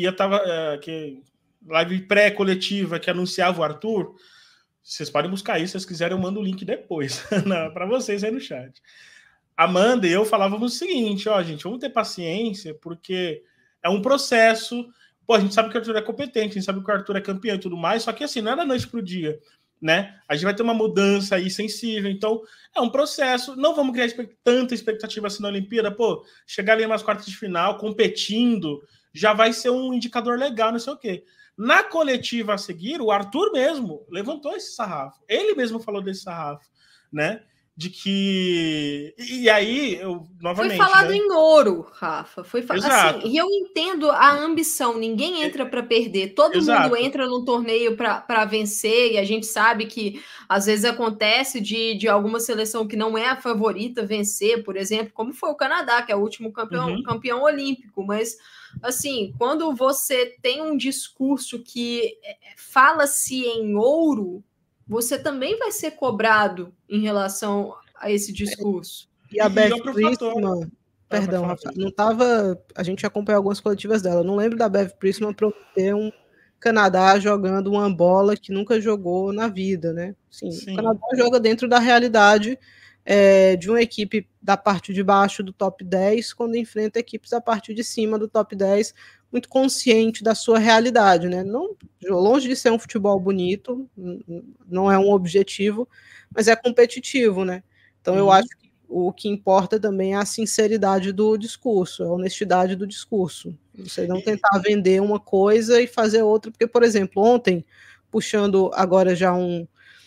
live pré-coletiva que anunciava o Arthur, vocês podem buscar isso, se vocês quiserem eu mando o link depois para vocês aí no chat. Amanda e eu falávamos o seguinte, ó, gente, vamos ter paciência, porque é um processo. Pô, a gente sabe que o Arthur é competente, a gente sabe que o Arthur é campeão e tudo mais, só que assim, não é da noite pro dia, né? A gente vai ter uma mudança aí sensível, então é um processo. Não vamos criar tanta expectativa assim na Olimpíada, pô, chegar ali nas quartas de final, competindo, já vai ser um indicador legal, não sei o quê. Na coletiva a seguir, o Arthur mesmo levantou esse sarrafo. Ele mesmo falou desse sarrafo, né? De que... E aí, eu novamente... Foi falado, né, em ouro, Rafa. Foi assim, e eu entendo a ambição. Ninguém entra para perder. Todo mundo entra num torneio para vencer, e a gente sabe que às vezes acontece de alguma seleção que não é a favorita vencer, por exemplo, como foi o Canadá, que é o último campeão olímpico. Mas, assim, quando você tem um discurso que fala-se em ouro, você também vai ser cobrado em relação a esse discurso. E a Bev Priestman, perdão, Rafa, não estava... A gente acompanhou algumas coletivas dela. Não lembro da Bev Priestman prometer um Canadá jogando uma bola que nunca jogou na vida, né? Sim. O Canadá joga dentro da realidade de uma equipe da parte de baixo do top 10 quando enfrenta equipes da parte de cima do top 10, muito consciente da sua realidade, né? Não, longe de ser um futebol bonito, não é um objetivo, mas é competitivo, né? Então eu acho que o que importa também é a sinceridade do discurso, a honestidade do discurso. Você não tentar vender uma coisa e fazer outra, porque, por exemplo, ontem, puxando agora já um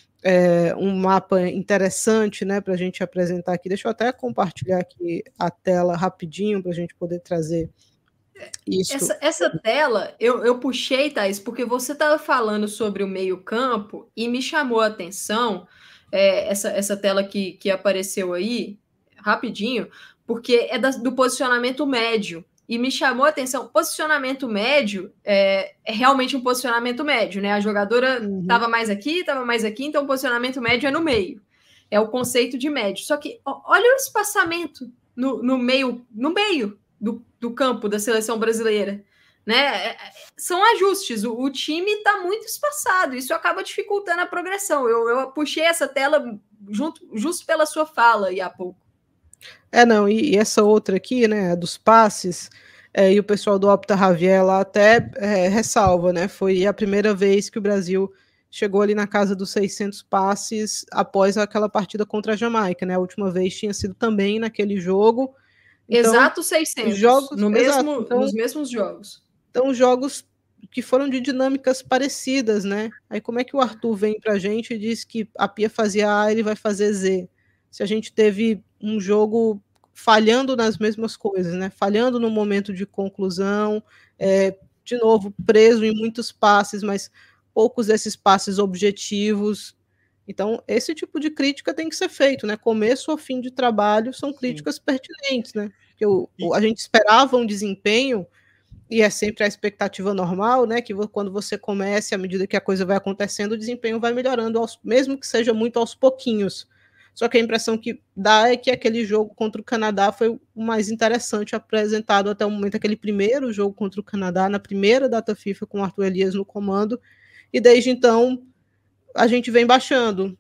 mapa interessante, né, para a gente apresentar aqui, deixa eu até compartilhar aqui a tela rapidinho para a gente poder trazer isso. Essa tela, eu puxei, Thaís, porque você estava falando sobre o meio-campo e me chamou a atenção essa tela que apareceu aí, rapidinho, porque é do posicionamento médio. E me chamou a atenção, posicionamento médio é realmente um posicionamento médio, né? A jogadora estava mais aqui, então o posicionamento médio é no meio. É o conceito de médio. Só que olha o espaçamento no meio do campo da seleção brasileira, né? São ajustes, o time está muito espaçado, isso acaba dificultando a progressão. Eu puxei essa tela justo pela sua fala aí há pouco. Não, e essa outra aqui, né, dos passes, e o pessoal do Opta Javier lá até ressalva, né, foi a primeira vez que o Brasil chegou ali na casa dos 600 passes após aquela partida contra a Jamaica, né, a última vez tinha sido também naquele jogo. Então, exato, 600, nos mesmos jogos. Então, jogos que foram de dinâmicas parecidas, né, aí como é que o Arthur vem pra gente e diz que a Pia fazia A, ele vai fazer Z? Se a gente teve um jogo falhando nas mesmas coisas, né? Falhando no momento de conclusão, de novo, preso em muitos passes, mas poucos desses passes objetivos. Então, esse tipo de crítica tem que ser feito, né? Começo ao fim de trabalho são críticas pertinentes, né? Porque a gente esperava um desempenho, e é sempre a expectativa normal, né? Que quando você comece, à medida que a coisa vai acontecendo, o desempenho vai melhorando, mesmo que seja muito aos pouquinhos. Só que a impressão que dá é que aquele jogo contra o Canadá foi o mais interessante apresentado até o momento, aquele primeiro jogo contra o Canadá, na primeira data FIFA com o Arthur Elias no comando, e desde então a gente vem baixando,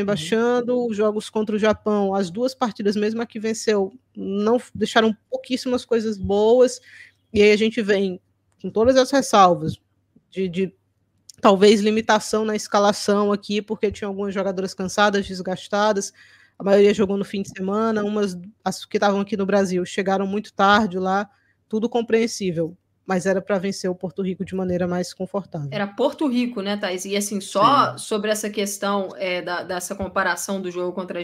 os jogos contra o Japão, as duas partidas, mesmo a que venceu, não deixaram pouquíssimas coisas boas, e aí a gente vem com todas as ressalvas de talvez limitação na escalação aqui, porque tinha algumas jogadoras cansadas, desgastadas, a maioria jogou no fim de semana, as que estavam aqui no Brasil chegaram muito tarde lá, tudo compreensível. mas era para vencer o Porto Rico de maneira mais confortável. Era Porto Rico, né, Thaís? E assim, só Sim. sobre essa questão dessa comparação do jogo contra a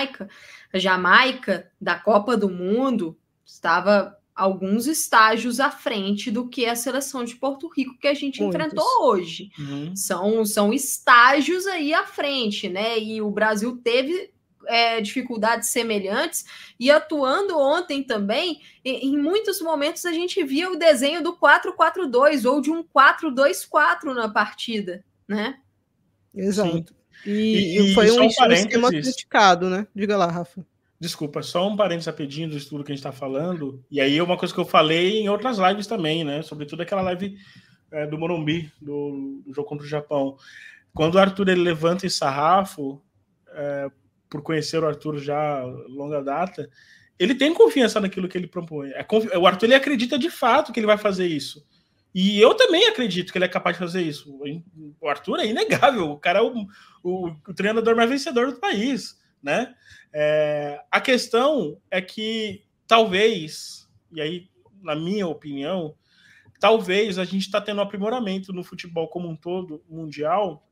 Jamaica da Copa do Mundo estava alguns estágios à frente do que a seleção de Porto Rico que a gente enfrentou hoje. São estágios aí à frente, né? E o Brasil teve dificuldades semelhantes, e atuando ontem também, em muitos momentos a gente via o desenho do 4-4-2 ou de um 4-2-4 na partida, né? Exato. E foi um esquema criticado, né? Diga lá, Rafa. Desculpa, só um parênteses rapidinho do estudo que a gente está falando, e aí é uma coisa que eu falei em outras lives também, né? Sobretudo aquela live do Morumbi, do jogo contra o Japão. Quando o Arthur ele levanta esse sarrafo, por conhecer o Arthur já longa data, ele tem confiança naquilo que ele propõe. O Arthur ele acredita de fato que ele vai fazer isso. E eu também acredito que ele é capaz de fazer isso. O Arthur é inegável. O cara é o treinador mais vencedor do país, né? A questão é que talvez, e aí, na minha opinião, talvez a gente está tendo um aprimoramento no futebol como um todo, mundial,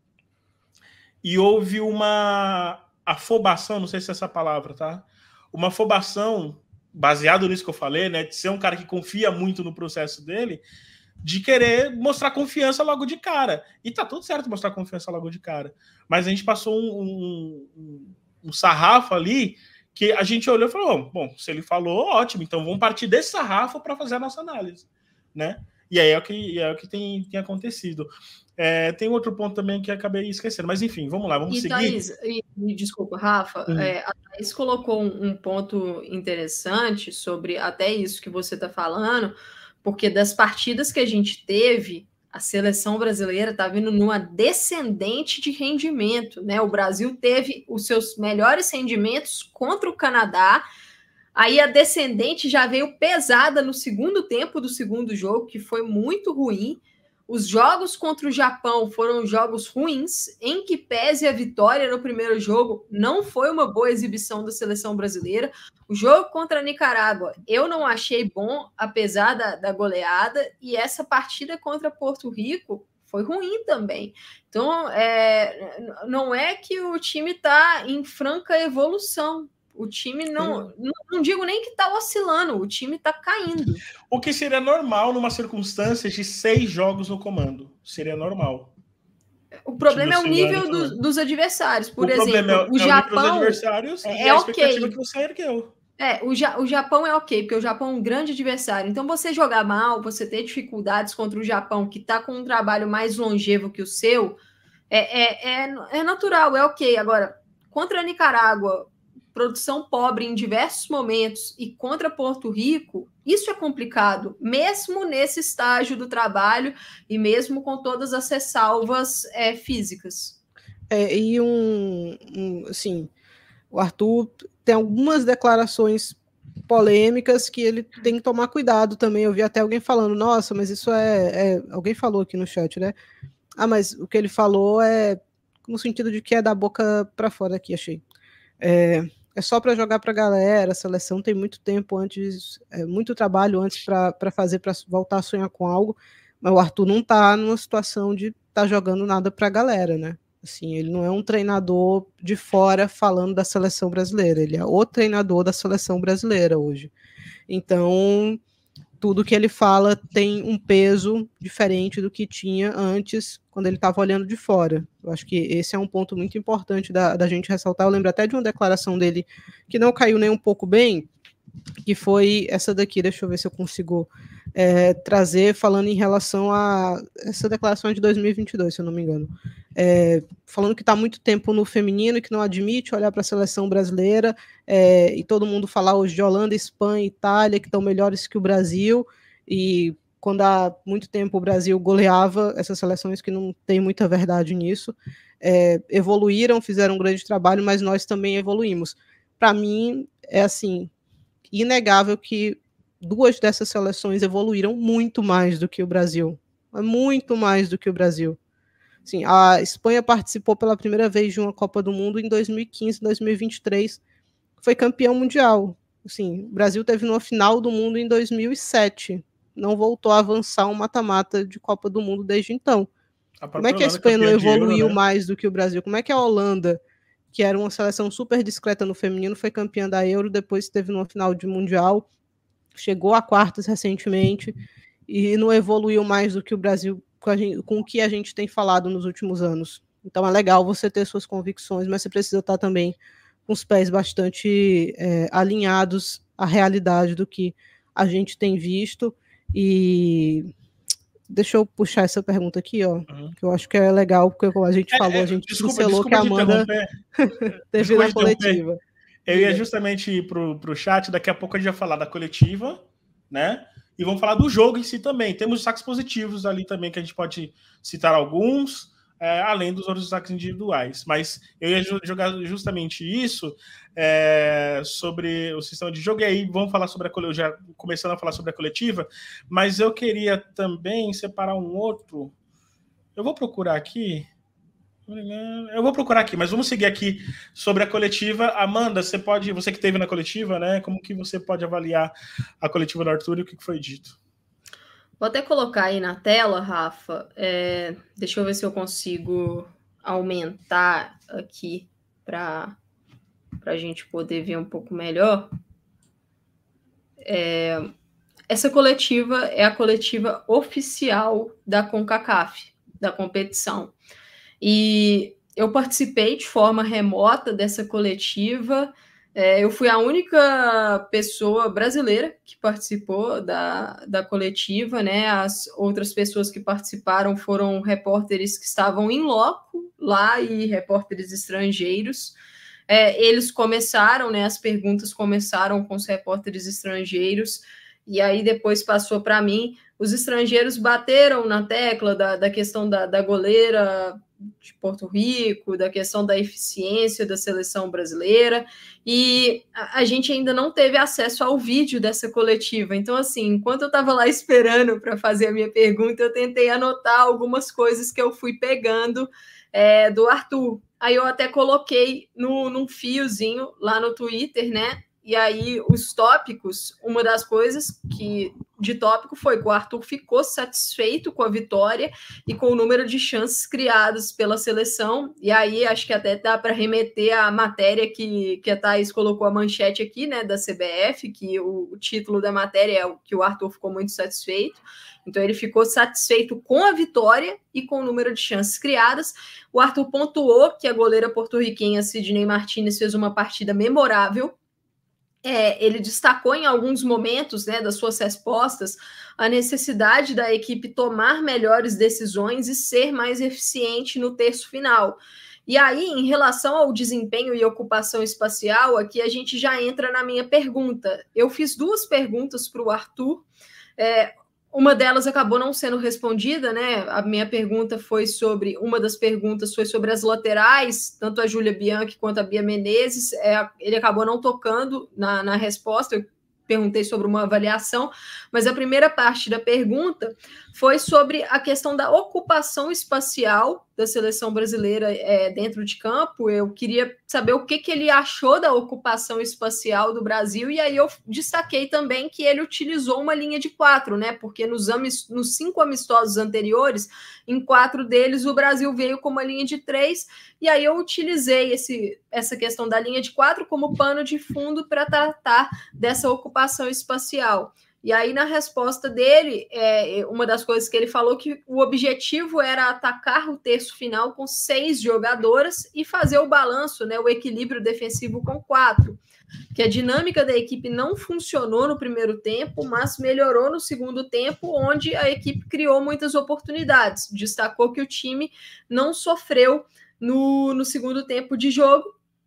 e houve uma afobação, não sei se é essa palavra, tá? Uma afobação, baseado nisso que eu falei, né? De ser um cara que confia muito no processo dele, de querer mostrar confiança logo de cara. E tá tudo certo mostrar confiança logo de cara. Mas a gente passou um sarrafo ali que a gente olhou e falou, bom, se ele falou, ótimo, então vamos partir desse sarrafo para fazer a nossa análise, né? E aí é o que tem acontecido. Tem outro ponto também que acabei esquecendo, mas enfim, vamos lá, vamos seguir. Thaís, desculpa, Rafa, a Thaís colocou um ponto interessante sobre até isso que você está falando, porque das partidas que a gente teve, a seleção brasileira está vindo numa descendente de rendimento, né? O Brasil teve os seus melhores rendimentos contra o Canadá, aí a descendente já veio pesada no segundo tempo do segundo jogo, que foi muito ruim. Os jogos contra o Japão foram jogos ruins, em que pese a vitória no primeiro jogo, não foi uma boa exibição da seleção brasileira. O jogo contra a Nicarágua eu não achei bom, apesar da goleada, e essa partida contra Porto Rico foi ruim também. Então, não é que o time está em franca evolução. O time não digo nem que está oscilando, o time está caindo. O que seria normal numa circunstância de 6 jogos no comando. Seria normal. O problema é o nível dos adversários. Por exemplo, o Japão dos adversários e a expectativa que você ergueu. O Japão é ok, porque o Japão é um grande adversário. Então, você jogar mal, você ter dificuldades contra o Japão, que está com um trabalho mais longevo que o seu, é natural, é ok. Agora, contra a Nicarágua, produção pobre em diversos momentos, e contra Porto Rico, isso é complicado, mesmo nesse estágio do trabalho e mesmo com todas as ressalvas físicas. Assim, o Arthur tem algumas declarações polêmicas que ele tem que tomar cuidado também. Eu vi até alguém falando, nossa, mas isso alguém falou aqui no chat, né? Mas o que ele falou é no sentido de que é da boca para fora aqui, achei. É só para jogar para a galera, a seleção tem muito tempo antes, muito trabalho antes para fazer, para voltar a sonhar com algo, mas o Arthur não está numa situação de estar jogando nada para a galera, né? Assim, ele não é um treinador de fora falando da seleção brasileira, ele é o treinador da seleção brasileira hoje. Então, tudo que ele fala tem um peso diferente do que tinha antes, quando ele estava olhando de fora. Eu acho que esse é um ponto muito importante da gente ressaltar. Eu lembro até de uma declaração dele que não caiu nem um pouco bem, que foi essa daqui, deixa eu ver se eu consigo trazer, falando em relação a essa declaração de 2022, se eu não me engano. Falando que está muito tempo no feminino e que não admite olhar para a seleção brasileira, e todo mundo falar hoje de Holanda, Espanha, Itália, que estão melhores que o Brasil, e quando há muito tempo o Brasil goleava essas seleções que não tem muita verdade nisso, evoluíram, fizeram um grande trabalho, mas nós também evoluímos. Para mim, é assim, inegável que 2 dessas seleções evoluíram muito mais do que o Brasil. Muito mais do que o Brasil. Assim, a Espanha participou pela primeira vez de uma Copa do Mundo em 2015, 2023, foi campeão mundial. Assim, o Brasil teve uma final do mundo em 2007. não voltou a avançar um mata-mata de Copa do Mundo desde então. Como é que a Espanha não evoluiu mais do que o Brasil? Como é que a Holanda, que era uma seleção super discreta no feminino, foi campeã da Euro, depois esteve numa final de Mundial, chegou a quartas recentemente e não evoluiu mais do que o Brasil com o que a gente tem falado nos últimos anos. Então é legal você ter suas convicções, mas você precisa estar também com os pés bastante alinhados à realidade do que a gente tem visto. E deixa eu puxar essa pergunta aqui, ó, que eu acho que é legal, porque como a gente falou, a gente pincelou que a Amanda teve na coletiva. Eu ia justamente ir para o chat, daqui a pouco a gente vai falar da coletiva, né? E vamos falar do jogo em si também. Temos destaques positivos ali também, que a gente pode citar alguns, além dos outros destaques individuais. Mas eu ia jogar justamente isso sobre o sistema de jogo, e aí vamos falar sobre já começando a falar sobre a coletiva, mas eu queria também separar um outro. Eu vou procurar aqui, mas vamos seguir aqui sobre a coletiva. Amanda, você que esteve na coletiva, né? Como que você pode avaliar a coletiva do Arthur e o que foi dito? Vou até colocar aí na tela, Rafa. Deixa eu ver se eu consigo aumentar aqui para a gente poder ver um pouco melhor. Essa coletiva é a coletiva oficial da CONCACAF, da competição. E eu participei de forma remota dessa coletiva. Eu fui a única pessoa brasileira que participou da coletiva, né? As outras pessoas que participaram foram repórteres que estavam em loco lá e repórteres estrangeiros. Eles começaram, né? As perguntas começaram com os repórteres estrangeiros, e aí depois passou para mim. Os estrangeiros bateram na tecla da questão da goleira de Porto Rico, da questão da eficiência da seleção brasileira, e a gente ainda não teve acesso ao vídeo dessa coletiva. Então, assim, enquanto eu estava lá esperando para fazer a minha pergunta, eu tentei anotar algumas coisas que eu fui pegando do Arthur. Aí eu até coloquei num fiozinho lá no Twitter, né? E aí os tópicos, uma das coisas de tópico foi que o Arthur ficou satisfeito com a vitória e com o número de chances criadas pela seleção. E aí acho que até dá para remeter à matéria que a Thaís colocou a manchete aqui, né, da CBF, que o título da matéria é que o Arthur ficou muito satisfeito. Então ele ficou satisfeito com a vitória e com o número de chances criadas. O Arthur pontuou que a goleira porto-riquenha Sidney Martínez fez uma partida memorável. Ele destacou em alguns momentos, né, das suas respostas a necessidade da equipe tomar melhores decisões e ser mais eficiente no terço final. E aí, em relação ao desempenho e ocupação espacial, aqui a gente já entra na minha pergunta. Eu fiz 2 perguntas para o Arthur. Uma delas acabou não sendo respondida, né? A minha pergunta foi sobre... Uma das perguntas foi sobre as laterais, tanto a Júlia Bianchi quanto a Bia Menezes. Ele acabou não tocando na resposta. Eu perguntei sobre uma avaliação, mas a primeira parte da pergunta foi sobre a questão da ocupação espacial da seleção brasileira dentro de campo. Eu queria saber o que ele achou da ocupação espacial do Brasil, e aí eu destaquei também que ele utilizou uma linha de 4, né? Porque nos 5 amistosos anteriores, em 4 deles o Brasil veio com uma linha de 3, e aí eu utilizei essa questão da linha de 4 como pano de fundo para tratar dessa ocupação espacial. E aí, na resposta dele, uma das coisas que ele falou que o objetivo era atacar o terço final com 6 jogadoras e fazer o balanço, né, o equilíbrio defensivo com 4. Que a dinâmica da equipe não funcionou no primeiro tempo, mas melhorou no segundo tempo, onde a equipe criou muitas oportunidades. Destacou que o time não sofreu no segundo tempo de jogo.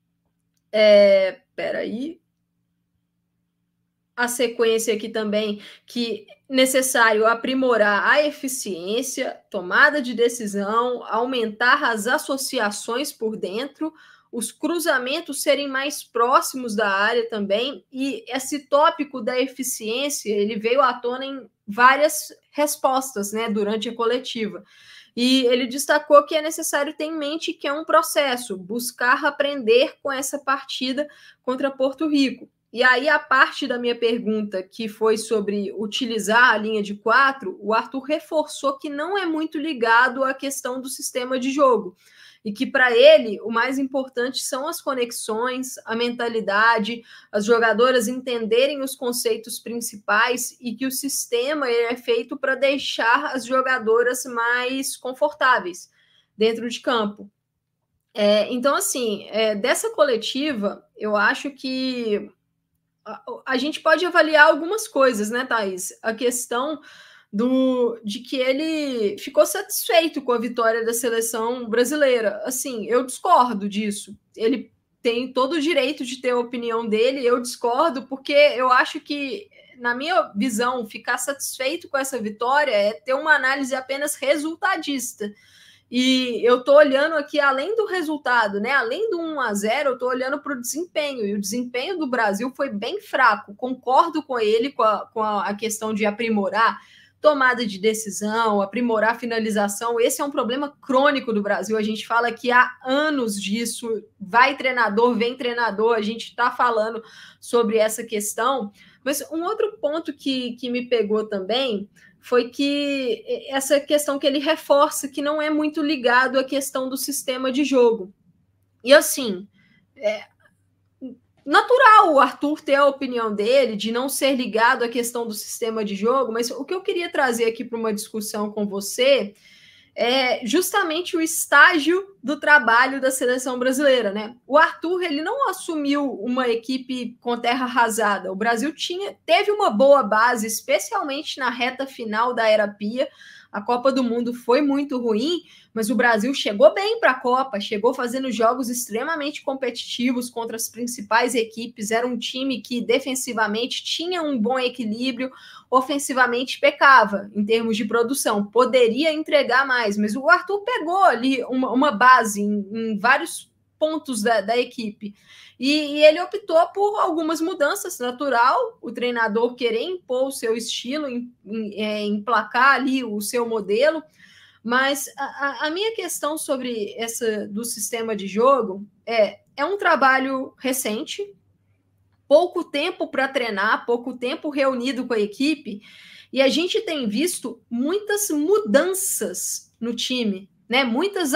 A sequência aqui também, que é necessário aprimorar a eficiência, tomada de decisão, aumentar as associações por dentro, os cruzamentos serem mais próximos da área também, e esse tópico da eficiência, ele veio à tona em várias respostas, né, durante a coletiva. E ele destacou que é necessário ter em mente que é um processo, buscar aprender com essa partida contra Porto Rico. E aí, a parte da minha pergunta, que foi sobre utilizar a linha de 4, o Arthur reforçou que não é muito ligado à questão do sistema de jogo. E que, para ele, o mais importante são as conexões, a mentalidade, as jogadoras entenderem os conceitos principais e que o sistema é feito para deixar as jogadoras mais confortáveis dentro de campo. Então, assim, dessa coletiva, eu acho que a gente pode avaliar algumas coisas, né, Thaís? A questão de que ele ficou satisfeito com a vitória da seleção brasileira. Assim, eu discordo disso. Ele tem todo o direito de ter a opinião dele, eu discordo, porque eu acho que, na minha visão, ficar satisfeito com essa vitória é ter uma análise apenas resultadista. E eu estou olhando aqui, além do resultado, né? Além do 1-0, eu estou olhando para o desempenho. E o desempenho do Brasil foi bem fraco. Concordo com ele com a questão de aprimorar tomada de decisão, aprimorar finalização. Esse é um problema crônico do Brasil. A gente fala que há anos disso. Vai treinador, vem treinador. A gente está falando sobre essa questão. Mas um outro ponto que me pegou também foi que essa questão que ele reforça que não é muito ligado à questão do sistema de jogo. E assim, natural o Arthur ter a opinião dele de não ser ligado à questão do sistema de jogo, mas o que eu queria trazer aqui para uma discussão com você é justamente o estágio do trabalho da seleção brasileira, né? O Arthur, ele não assumiu uma equipe com terra arrasada. O Brasil teve uma boa base, especialmente na reta final da Era Pia. A Copa do Mundo foi muito ruim, mas o Brasil chegou bem para a Copa, chegou fazendo jogos extremamente competitivos contra as principais equipes. Era um time que defensivamente tinha um bom equilíbrio, ofensivamente pecava em termos de produção, poderia entregar mais, mas o Arthur pegou ali uma base em vários pontos da equipe. E ele optou por algumas mudanças, natural, o treinador querer impor o seu estilo, emplacar ali o seu modelo, mas a minha questão sobre essa do sistema de jogo é um trabalho recente, pouco tempo para treinar, pouco tempo reunido com a equipe, e a gente tem visto muitas mudanças no time, né? Muitas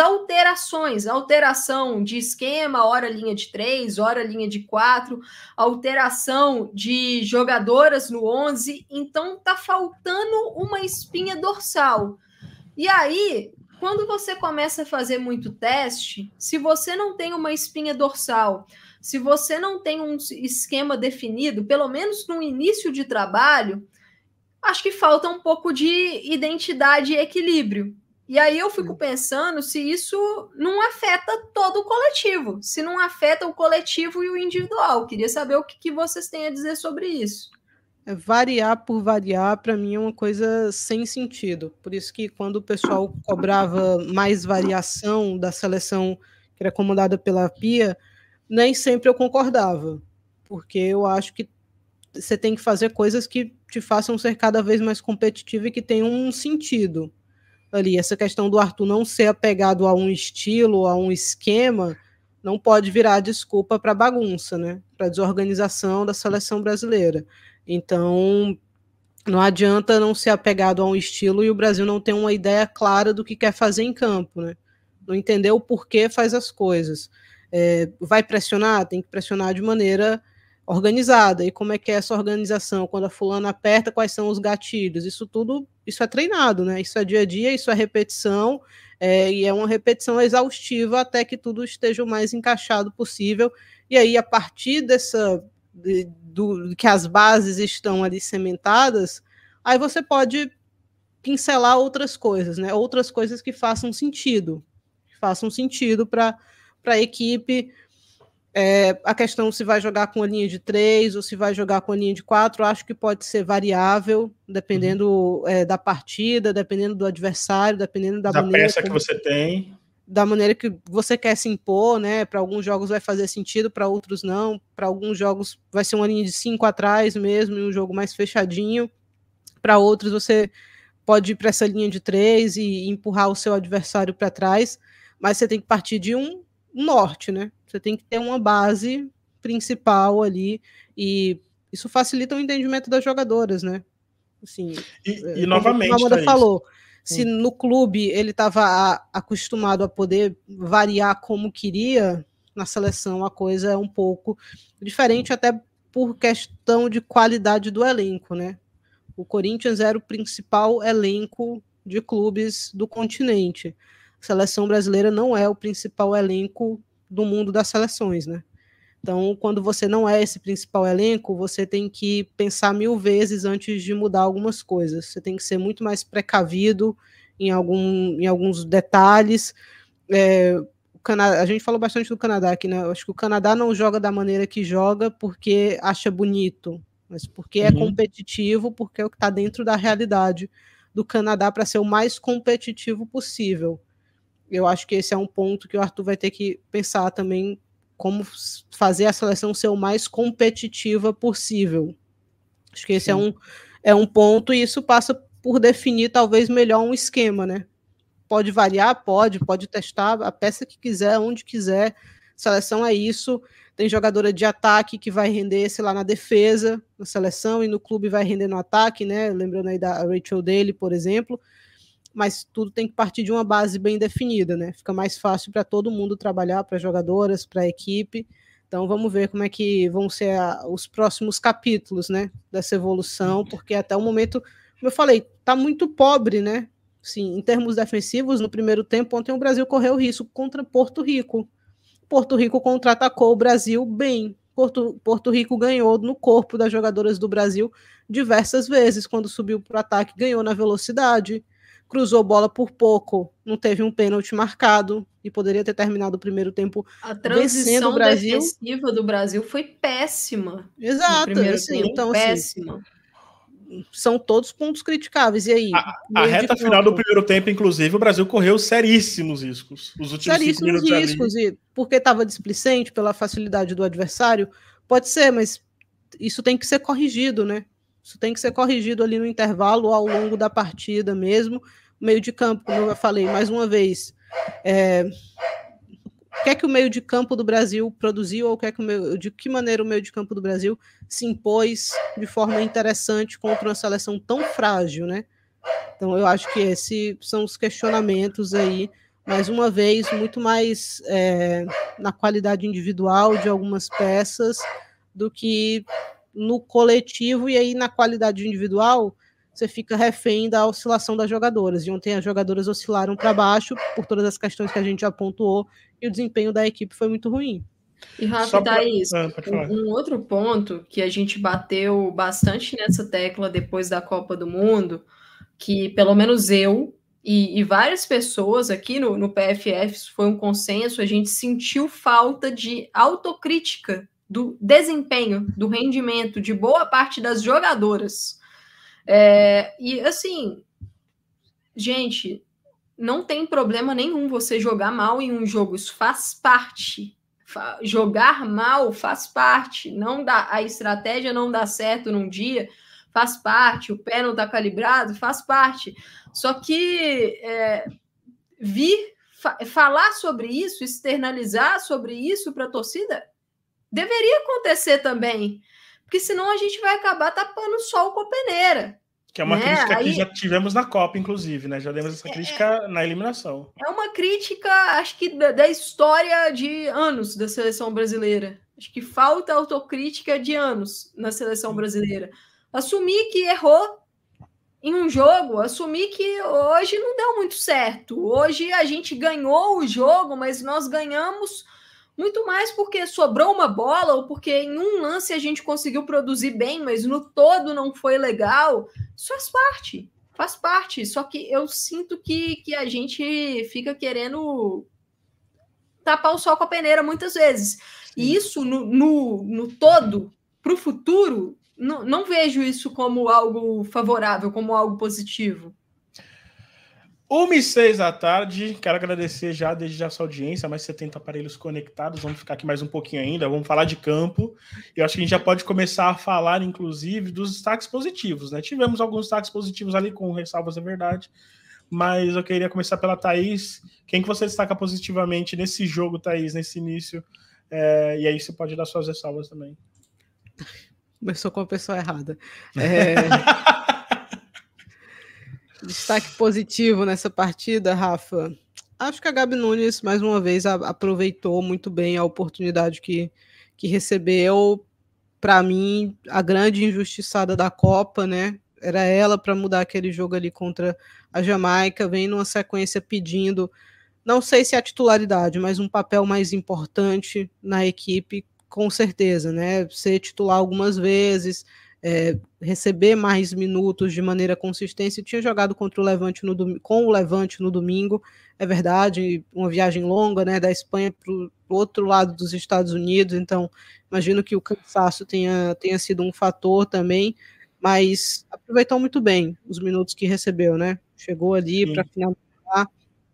alteração de esquema, hora linha de 3, hora linha de 4, alteração de jogadoras no 11, então tá faltando uma espinha dorsal. E aí, quando você começa a fazer muito teste, se você não tem uma espinha dorsal, se você não tem um esquema definido, pelo menos no início de trabalho, acho que falta um pouco de identidade e equilíbrio. E aí eu fico pensando se isso não afeta todo o coletivo, se não afeta o coletivo e o individual. Queria saber o que vocês têm a dizer sobre isso. Variar por variar, para mim, é uma coisa sem sentido. Por isso que quando o pessoal cobrava mais variação da seleção que era comandada pela Pia, nem sempre eu concordava, porque eu acho que você tem que fazer coisas que te façam ser cada vez mais competitivo e que tenham um sentido ali. Essa questão do Arthur não ser apegado a um estilo, a um esquema, não pode virar desculpa para bagunça, né? Para desorganização da seleção brasileira. Então, não adianta não ser apegado a um estilo e o Brasil não ter uma ideia clara do que quer fazer em campo, né? Não entender o porquê faz as coisas. Vai pressionar? Tem que pressionar de maneira organizada. E como é que é essa organização? Quando a fulana aperta, quais são os gatilhos? Isso é treinado, né? Isso é dia a dia, isso é repetição, e é uma repetição exaustiva até que tudo esteja o mais encaixado possível. E aí, a partir que as bases estão ali cementadas, aí você pode pincelar outras coisas, né? Outras coisas que façam sentido para a equipe. A questão se vai jogar com a linha de 3 ou se vai jogar com a linha de 4, acho que pode ser variável, dependendo da partida, dependendo do adversário, dependendo da peça que você tem. Da maneira que você quer se impor, né? Para alguns jogos vai fazer sentido, para outros não. Para alguns jogos vai ser uma linha de 5 atrás mesmo, e um jogo mais fechadinho. Para outros você pode ir para essa linha de 3 e empurrar o seu adversário para trás, mas você tem que partir de um norte, né? Você tem que ter uma base principal ali, e isso facilita o entendimento das jogadoras, né? Assim, e novamente, como a Amanda falou, se no clube ele estava acostumado a poder variar como queria, na seleção a coisa é um pouco diferente, até por questão de qualidade do elenco, né? O Corinthians era o principal elenco de clubes do continente. A seleção brasileira não é o principal elenco do mundo das seleções, né? Então, quando você não é esse principal elenco, você tem que pensar 1000 vezes antes de mudar algumas coisas. Você tem que ser muito mais precavido em alguns detalhes. A gente falou bastante do Canadá aqui, né? Eu acho que o Canadá não joga da maneira que joga porque acha bonito, mas porque é competitivo, porque é o que está dentro da realidade do Canadá para ser o mais competitivo possível. Eu acho que esse é um ponto que o Arthur vai ter que pensar também, como fazer a seleção ser o mais competitiva possível. Acho que esse é um ponto, e isso passa por definir talvez melhor um esquema, né? Pode variar, pode testar a peça que quiser, onde quiser. Seleção é isso. Tem jogadora de ataque que vai render, sei lá, na defesa, na seleção, e no clube vai render no ataque, né? Lembrando aí da Rachel Daly, por exemplo. Mas tudo tem que partir de uma base bem definida, né? Fica mais fácil para todo mundo trabalhar, para jogadoras, para a equipe. Então vamos ver como é que vão ser os próximos capítulos, né, dessa evolução, porque até o momento, como eu falei, tá muito pobre, né? Sim, em termos defensivos, no primeiro tempo, ontem o Brasil correu risco contra Porto Rico. Porto Rico contra-atacou o Brasil bem. Porto Rico ganhou no corpo das jogadoras do Brasil diversas vezes. Quando subiu para o ataque, ganhou na velocidade. Cruzou bola por pouco, não teve um pênalti marcado e poderia ter terminado o primeiro tempo vencendo o Brasil. A transição defensiva do Brasil foi péssima. Exato, no primeiro tempo. Então, péssima. Assim, são todos pontos criticáveis. E aí? A reta final do primeiro tempo, inclusive, o Brasil correu seríssimos riscos. Os últimos 5 minutos riscos, e porque estava displicente pela facilidade do adversário, pode ser, mas isso tem que ser corrigido, né? Isso tem que ser corrigido ali no intervalo, ao longo da partida mesmo. Meio de campo, como eu falei, mais uma vez, o que é que o meio de campo do Brasil produziu, ou de que maneira o meio de campo do Brasil se impôs de forma interessante contra uma seleção tão frágil, né? Então eu acho que esses são os questionamentos aí, mais uma vez, muito mais na qualidade individual de algumas peças do que no coletivo, e aí na qualidade individual você fica refém da oscilação das jogadoras. E ontem as jogadoras oscilaram para baixo por todas as questões que a gente já pontuou, e o desempenho da equipe foi muito ruim. E Rafa, Thaís, um outro ponto que a gente bateu bastante nessa tecla depois da Copa do Mundo, que pelo menos eu e várias pessoas aqui no PFF, foi um consenso, a gente sentiu falta de autocrítica do desempenho, do rendimento de boa parte das jogadoras. E assim, gente, não tem problema nenhum você jogar mal em um jogo, isso faz parte. Jogar mal faz parte. Não dá, a estratégia não dá certo num dia, faz parte. O pé não está calibrado, faz parte. Só que falar sobre isso, externalizar sobre isso para a torcida, deveria acontecer também, porque senão a gente vai acabar tapando sol com a peneira. Que é uma crítica que já tivemos na Copa, inclusive, né? Já demos essa crítica na eliminação. É uma crítica, acho que da história de anos da seleção brasileira. Acho que falta autocrítica de anos na seleção brasileira. Assumir que errou em um jogo, assumir que hoje não deu muito certo. Hoje a gente ganhou o jogo, mas nós ganhamos muito mais porque sobrou uma bola, ou porque em um lance a gente conseguiu produzir bem, mas no todo não foi legal. Isso faz parte. Só que eu sinto que a gente fica querendo tapar o sol com a peneira muitas vezes. E isso, no todo, para o futuro, não vejo isso como algo favorável, como algo positivo. 1h06 da tarde, quero agradecer já desde a sua audiência, mais 70 aparelhos conectados, vamos ficar aqui mais um pouquinho ainda, vamos falar de campo, e eu acho que a gente já pode começar a falar, inclusive, dos destaques positivos, né? Tivemos alguns destaques positivos ali, com ressalvas, é verdade, mas eu queria começar pela Thaís. Quem que você destaca positivamente nesse jogo, Thaís, nesse início? E aí você pode dar suas ressalvas também. Começou com a pessoa errada. Destaque positivo nessa partida, Rafa. Acho que a Gabi Nunes, mais uma vez, aproveitou muito bem a oportunidade que recebeu. Para mim, a grande injustiçada da Copa, né? Era ela para mudar aquele jogo ali contra a Jamaica, vem numa sequência pedindo, não sei se a titularidade, mas um papel mais importante na equipe, com certeza, né? Ser titular algumas vezes, receber mais minutos de maneira consistente. Tinha jogado contra o Levante com o Levante no domingo, é verdade, uma viagem longa, né, da Espanha para o outro lado dos Estados Unidos, então imagino que o cansaço tenha sido um fator também, mas aproveitou muito bem os minutos que recebeu, né? Chegou ali para finalizar,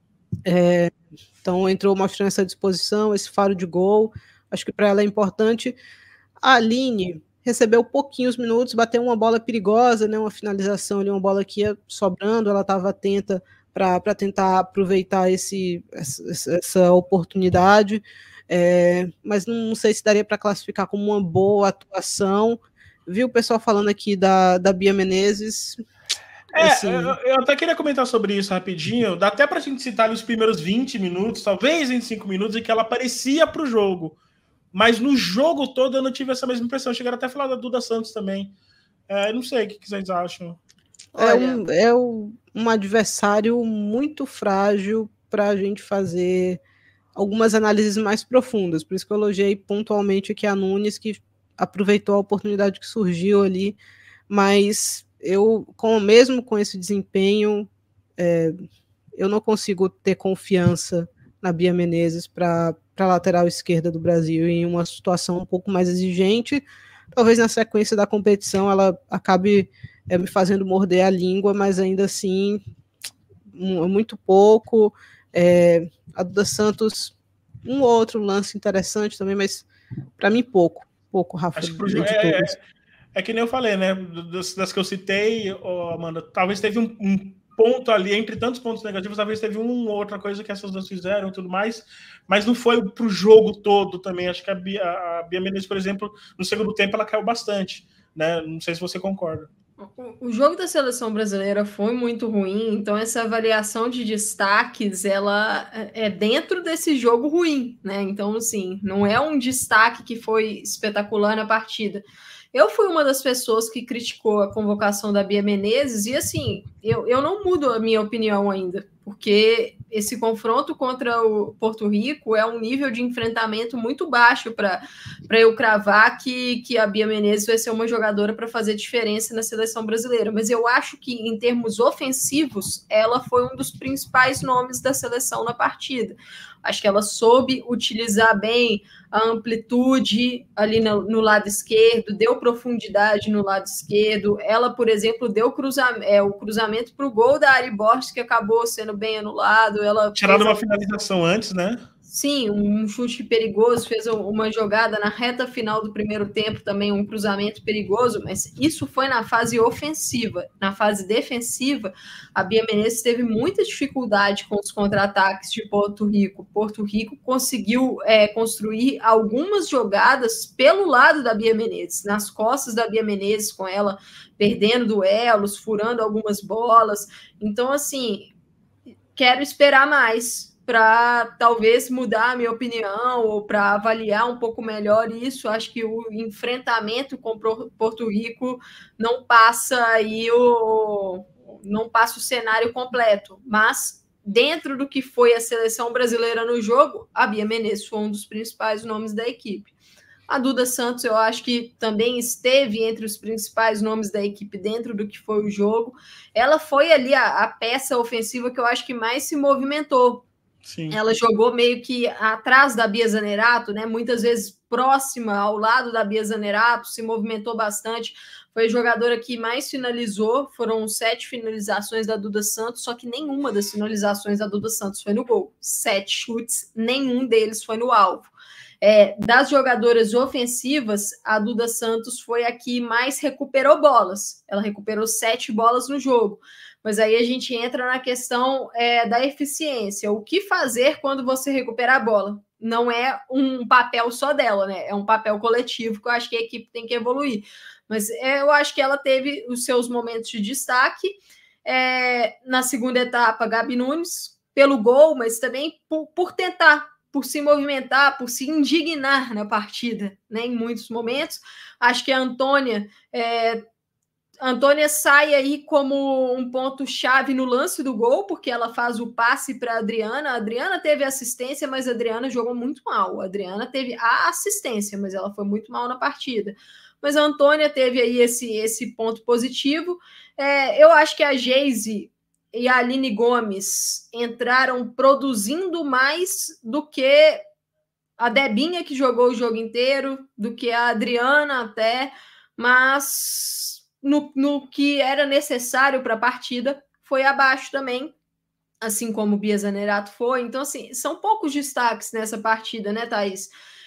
então entrou mostrando essa disposição, esse faro de gol. Acho que para ela é importante. A Aline recebeu pouquinhos minutos, bateu uma bola perigosa, né? Uma finalização ali, uma bola que ia sobrando, ela estava atenta para tentar aproveitar essa oportunidade, mas não sei se daria para classificar como uma boa atuação. Vi o pessoal falando aqui da Bia Menezes. Assim, eu até queria comentar sobre isso rapidinho. Dá até para a gente citar os primeiros 20 minutos, talvez 25 minutos, em que ela aparecia para o jogo. Mas no jogo todo eu não tive essa mesma impressão. Chegaram até a falar da Duda Santos também. Não sei o que vocês acham. É um adversário muito frágil para a gente fazer algumas análises mais profundas. Por isso que eu elogiei pontualmente aqui a Nunes, que aproveitou a oportunidade que surgiu ali. Mas mesmo com esse desempenho, eu não consigo ter confiança na Bia Menezes para a lateral esquerda do Brasil em uma situação um pouco mais exigente. Talvez na sequência da competição ela acabe me fazendo morder a língua, mas ainda assim muito pouco. A Duda Santos, um ou outro lance interessante também, mas para mim pouco, Rafa. Acho que que nem eu falei, né? Das que eu citei, Amanda, talvez teve um ponto ali, entre tantos pontos negativos, talvez teve uma ou outra coisa que essas duas fizeram e tudo mais, mas não foi pro jogo todo também. Acho que a Bia Menezes, por exemplo, no segundo tempo ela caiu bastante, né? Não sei se você concorda. O jogo da seleção brasileira foi muito ruim, então essa avaliação de destaques, ela é dentro desse jogo ruim, né? Então, assim, não é um destaque que foi espetacular na partida. Eu fui uma das pessoas que criticou a convocação da Bia Menezes e, assim, eu não mudo a minha opinião ainda, porque esse confronto contra o Porto Rico é um nível de enfrentamento muito baixo para eu cravar que a Bia Menezes vai ser uma jogadora para fazer diferença na seleção brasileira. Mas eu acho que, em termos ofensivos, ela foi um dos principais nomes da seleção na partida. Acho que ela soube utilizar bem a amplitude ali no lado esquerdo, deu profundidade no lado esquerdo. Ela, por exemplo, deu o cruzamento para o gol da Ari Borges, que acabou sendo bem anulado. Ela tirado uma finalização antes, né? Sim, um chute perigoso, fez uma jogada na reta final do primeiro tempo também, um cruzamento perigoso, mas isso foi na fase ofensiva. Na fase defensiva, a Bia Menezes teve muita dificuldade com os contra-ataques de Porto Rico. Porto Rico conseguiu construir algumas jogadas pelo lado da Bia Menezes, nas costas da Bia Menezes, com ela perdendo duelos, furando algumas bolas. Então, assim, quero esperar mais para talvez mudar a minha opinião ou para avaliar um pouco melhor isso. Acho que o enfrentamento com Porto Rico não passa aí não passa o cenário completo, mas dentro do que foi a seleção brasileira no jogo, a Bia Menezes foi um dos principais nomes da equipe. A Duda Santos, eu acho que também esteve entre os principais nomes da equipe dentro do que foi o jogo. Ela foi ali a peça ofensiva que eu acho que mais se movimentou. Sim. Ela jogou meio que atrás da Bia Zanerato, né? Muitas vezes próxima, ao lado da Bia Zanerato, se movimentou bastante. Foi a jogadora que mais finalizou, foram 7 finalizações da Duda Santos, só que nenhuma das finalizações da Duda Santos foi no gol. 7 chutes, nenhum deles foi no alvo. Das jogadoras ofensivas, a Duda Santos foi a que mais recuperou bolas. Ela recuperou 7 bolas no jogo. Mas aí a gente entra na questão da eficiência. O que fazer quando você recuperar a bola? não é um papel só dela, né? É um papel coletivo que eu acho que a equipe tem que evoluir. Mas eu acho que ela teve os seus momentos de destaque. Na segunda etapa, Gabi Nunes, pelo gol, mas também por tentar, por se movimentar, por se indignar na partida, né? Em muitos momentos. Acho que a Antônia sai aí como um ponto-chave no lance do gol, porque ela faz o passe para a Adriana. A Adriana teve assistência, mas a Adriana jogou muito mal. A Adriana teve a assistência, mas ela foi muito mal na partida. Mas a Antônia teve aí esse ponto positivo. Eu acho que a Geise e a Aline Gomes entraram produzindo mais do que a Debinha, que jogou o jogo inteiro, do que a Adriana até, mas no que era necessário para a partida foi abaixo também, assim como o Bia Zanerato foi. Então, assim, são poucos destaques nessa partida, né, Thaís?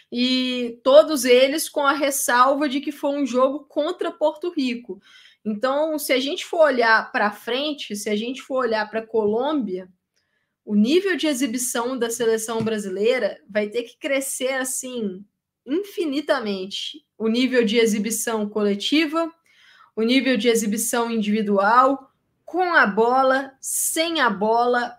E todos eles com a ressalva de que foi um jogo contra Porto Rico. Então, se a gente for olhar para frente, se a gente for olhar para a Colômbia, o nível de exibição da seleção brasileira vai ter que crescer, assim, infinitamente. O nível de exibição coletiva, o nível de exibição individual, com a bola, sem a bola,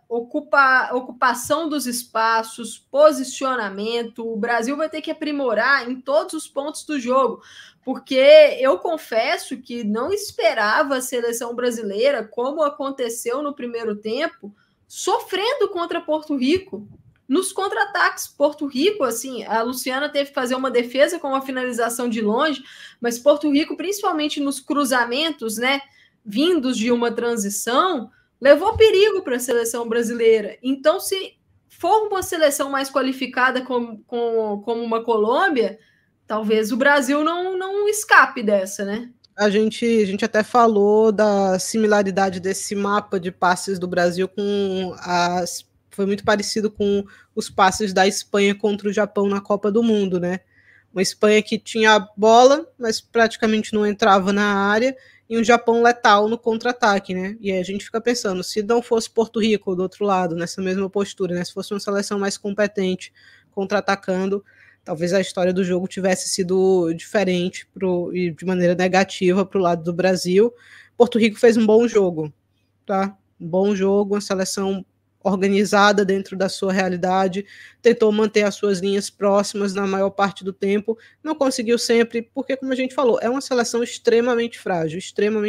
ocupação dos espaços, posicionamento. O Brasil vai ter que aprimorar em todos os pontos do jogo, porque eu confesso que não esperava a seleção brasileira, como aconteceu no primeiro tempo, sofrendo contra Porto Rico. Nos contra-ataques, Porto Rico, assim, a Luciana teve que fazer uma defesa com uma finalização de longe, mas Porto Rico, principalmente nos cruzamentos, né, vindos de uma transição, levou perigo para a seleção brasileira. Então, se for uma seleção mais qualificada como uma Colômbia, talvez o Brasil não escape dessa, né? A gente até falou da similaridade desse mapa de passes do Brasil com foi muito parecido com os passes da Espanha contra o Japão na Copa do Mundo, né? Uma Espanha que tinha a bola, mas praticamente não entrava na área, e um Japão letal no contra-ataque, né? E aí a gente fica pensando, se não fosse Porto Rico do outro lado, nessa mesma postura, né? Se fosse uma seleção mais competente contra-atacando, talvez a história do jogo tivesse sido diferente e de maneira negativa para o lado do Brasil. Porto Rico fez um bom jogo, tá? Um bom jogo, uma seleção organizada dentro da sua realidade, tentou manter as suas linhas próximas na maior parte do tempo, não conseguiu sempre, porque, como a gente falou, é uma seleção extremamente frágil,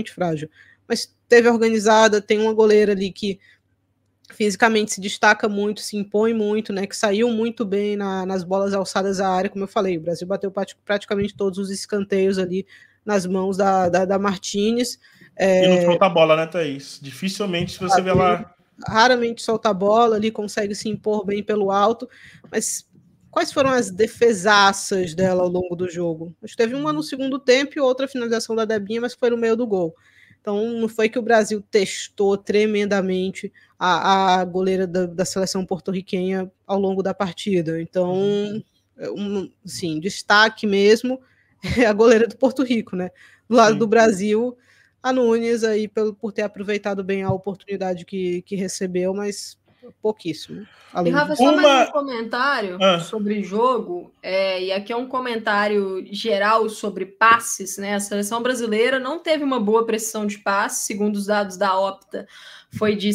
mas teve organizada, tem uma goleira ali que fisicamente se destaca muito, se impõe muito, né, que saiu muito bem nas bolas alçadas à área, como eu falei, o Brasil bateu praticamente todos os escanteios ali nas mãos da Martínez. E não solta a bola, né, Thaís? Dificilmente você vê lá... Raramente solta a bola ali, consegue se impor bem pelo alto, mas quais foram as defesaças dela ao longo do jogo? Acho que teve uma no segundo tempo e outra finalização da Debinha, mas foi no meio do gol. Então não foi que o Brasil testou tremendamente a goleira da seleção porto-riquenha ao longo da partida. Então, sim, destaque mesmo é a goleira do Porto Rico, né? Do lado do Brasil, a Nunes aí por ter aproveitado bem a oportunidade que recebeu, mas pouquíssimo. E Rafa, só mais um comentário sobre jogo, e aqui é um comentário geral sobre passes, né? A seleção brasileira não teve uma boa precisão de passe, segundo os dados da Opta, foi de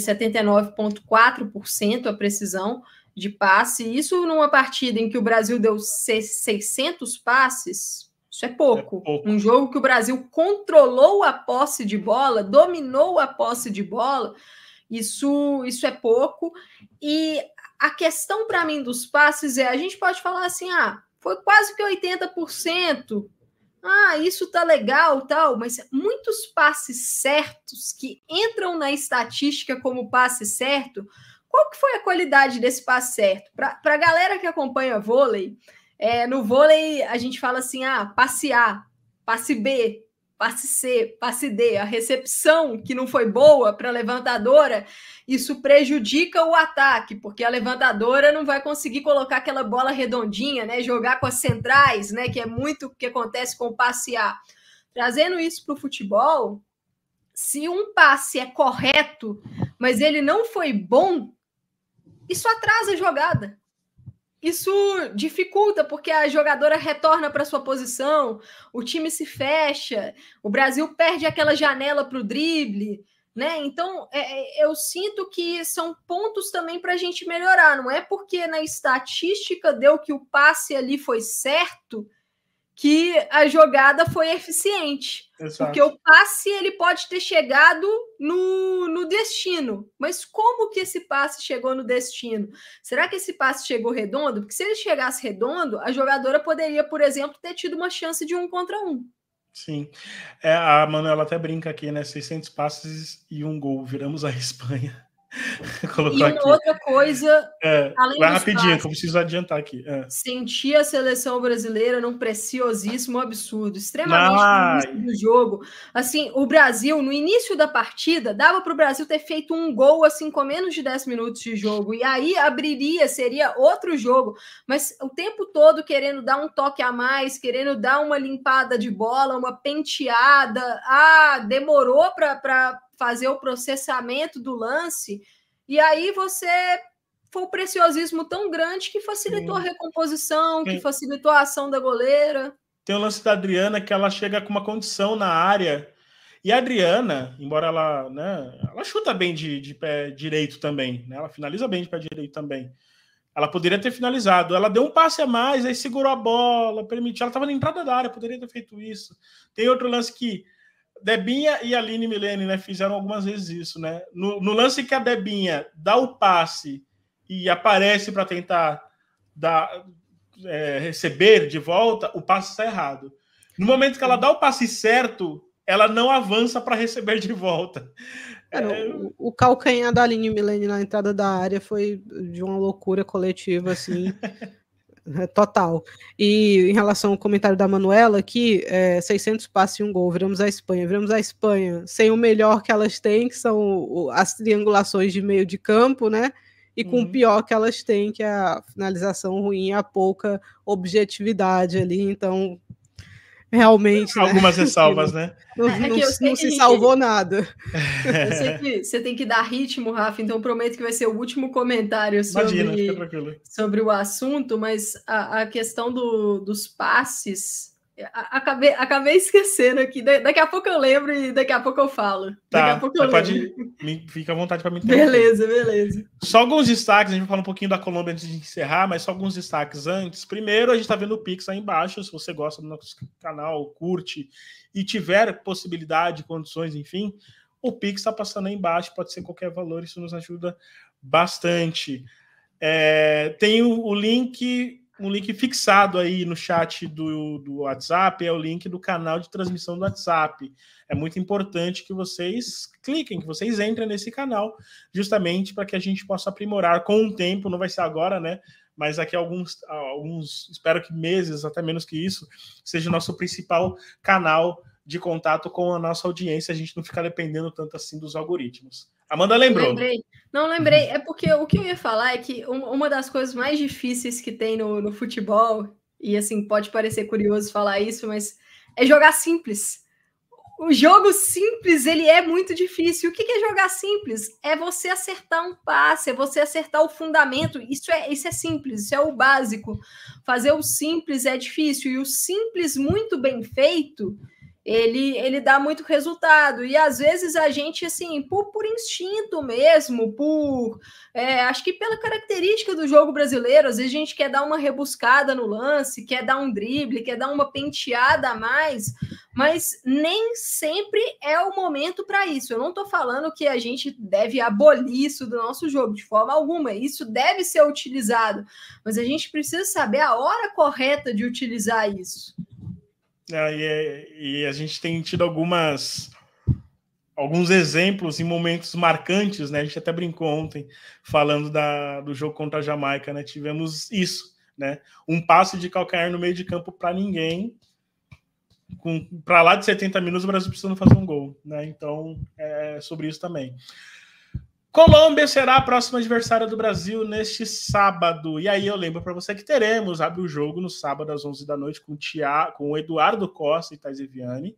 79,4% a precisão de passe. Isso numa partida em que o Brasil deu 600 passes. Isso é pouco. Um jogo que o Brasil controlou a posse de bola, dominou a posse de bola, isso é pouco. E a questão para mim dos passes a gente pode falar assim, foi quase que 80%. Isso tá legal, tal, mas muitos passes certos que entram na estatística como passe certo, qual que foi a qualidade desse passe certo? Para a galera que acompanha vôlei, no vôlei, a gente fala assim, passe A, passe B, passe C, passe D. A recepção que não foi boa para a levantadora, isso prejudica o ataque, porque a levantadora não vai conseguir colocar aquela bola redondinha, né? Jogar com as centrais, né? Que é muito o que acontece com o passe A. Trazendo isso para o futebol, se um passe é correto, mas ele não foi bom, isso atrasa a jogada. isso dificulta, porque a jogadora retorna para sua posição, o time se fecha, o Brasil perde aquela janela para o drible, né? Então, eu sinto que são pontos também para a gente melhorar. Não é porque na estatística deu que o passe ali foi certo que a jogada foi eficiente. Exato. Porque o passe ele pode ter chegado no destino. Mas como que esse passe chegou no destino? Será que esse passe chegou redondo? Porque se ele chegasse redondo, a jogadora poderia, por exemplo, ter tido uma chance de 1 contra 1. Sim. A Manuela até brinca aqui, né? 600 passes e 1 gol. Viramos a Espanha. E uma aqui. Outra coisa, além vai rapidinho, passes, que eu preciso adiantar aqui. Sentir a seleção brasileira num preciosíssimo absurdo, extremamente no início do jogo. Assim, o Brasil, no início da partida, dava para o Brasil ter feito 1 gol assim com menos de 10 minutos de jogo, e aí seria outro jogo, mas o tempo todo querendo dar um toque a mais, querendo dar uma limpada de bola, uma penteada, demorou para fazer o processamento do lance, e aí foi um preciosismo tão grande que facilitou a recomposição, que facilitou a ação da goleira. Tem o lance da Adriana, que ela chega com uma condição na área, e a Adriana, embora ela, né, ela chuta bem de pé direito também, né, ela finaliza bem de pé direito também, ela poderia ter finalizado, ela deu um passe a mais, aí segurou a bola, permitiu, ela estava na entrada da área, poderia ter feito isso. Tem outro lance que Debinha e Aline Milene, né, fizeram algumas vezes isso, né? No lance que a Debinha dá o passe e aparece para tentar receber de volta, o passe está errado. No momento que ela dá o passe certo, ela não avança para receber de volta. O calcanhar da Aline Milene na entrada da área foi de uma loucura coletiva, assim. Total. E em relação ao comentário da Manuela aqui, 600 passes e 1 gol, viramos a Espanha sem o melhor que elas têm, que são as triangulações de meio de campo, né, e com o pior que elas têm, que é a finalização ruim e a pouca objetividade ali, então realmente, algumas ressalvas, né? Não se salvou nada. Eu sei que você tem que dar ritmo, Rafa, então prometo que vai ser o último comentário sobre o assunto, mas a questão dos passes, acabei esquecendo aqui. Daqui a pouco eu lembro e daqui a pouco eu falo. Tá, daqui a pouco eu fica à vontade para me interromper. Beleza. Só alguns destaques, a gente vai falar um pouquinho da Colômbia antes de encerrar, mas só alguns destaques antes. Primeiro, a gente está vendo o Pix aí embaixo, se você gosta do nosso canal, curte e tiver possibilidade, condições, enfim, o Pix está passando aí embaixo, pode ser qualquer valor, isso nos ajuda bastante. Tem o link... Um link fixado aí no chat do WhatsApp, é o link do canal de transmissão do WhatsApp. É muito importante que vocês cliquem, que vocês entrem nesse canal, justamente para que a gente possa aprimorar com o tempo, não vai ser agora, né? Mas daqui a alguns, espero que meses, até menos que isso, seja o nosso principal canal de contato com a nossa audiência, a gente não ficar dependendo tanto assim dos algoritmos. Amanda lembrou. Lembrei. É porque o que eu ia falar é que uma das coisas mais difíceis que tem no futebol, e assim, pode parecer curioso falar isso, mas é jogar simples. O jogo simples, ele é muito difícil. O que é jogar simples? É você acertar um passe, é você acertar o fundamento. Isso é simples, isso é o básico. Fazer o simples é difícil, e o simples muito bem feito, ele dá muito resultado, e às vezes a gente, assim, por instinto mesmo, acho que pela característica do jogo brasileiro, às vezes a gente quer dar uma rebuscada no lance, quer dar um drible, quer dar uma penteada a mais, mas nem sempre é o momento para isso. Eu não estou falando que a gente deve abolir isso do nosso jogo, de forma alguma, isso deve ser utilizado, mas a gente precisa saber a hora correta de utilizar isso. E a gente tem tido alguns exemplos em momentos marcantes, né? A gente até brincou ontem falando do jogo contra a Jamaica, né? Tivemos isso, né? Um passe de calcanhar no meio de campo para ninguém, para lá de 70 minutos o Brasil precisando fazer um gol, né? Então é sobre isso também. Colômbia será a próxima adversária do Brasil neste sábado. E aí eu lembro para você que abre o jogo no sábado às 11 da noite com o Eduardo Costa e Thais Eviani,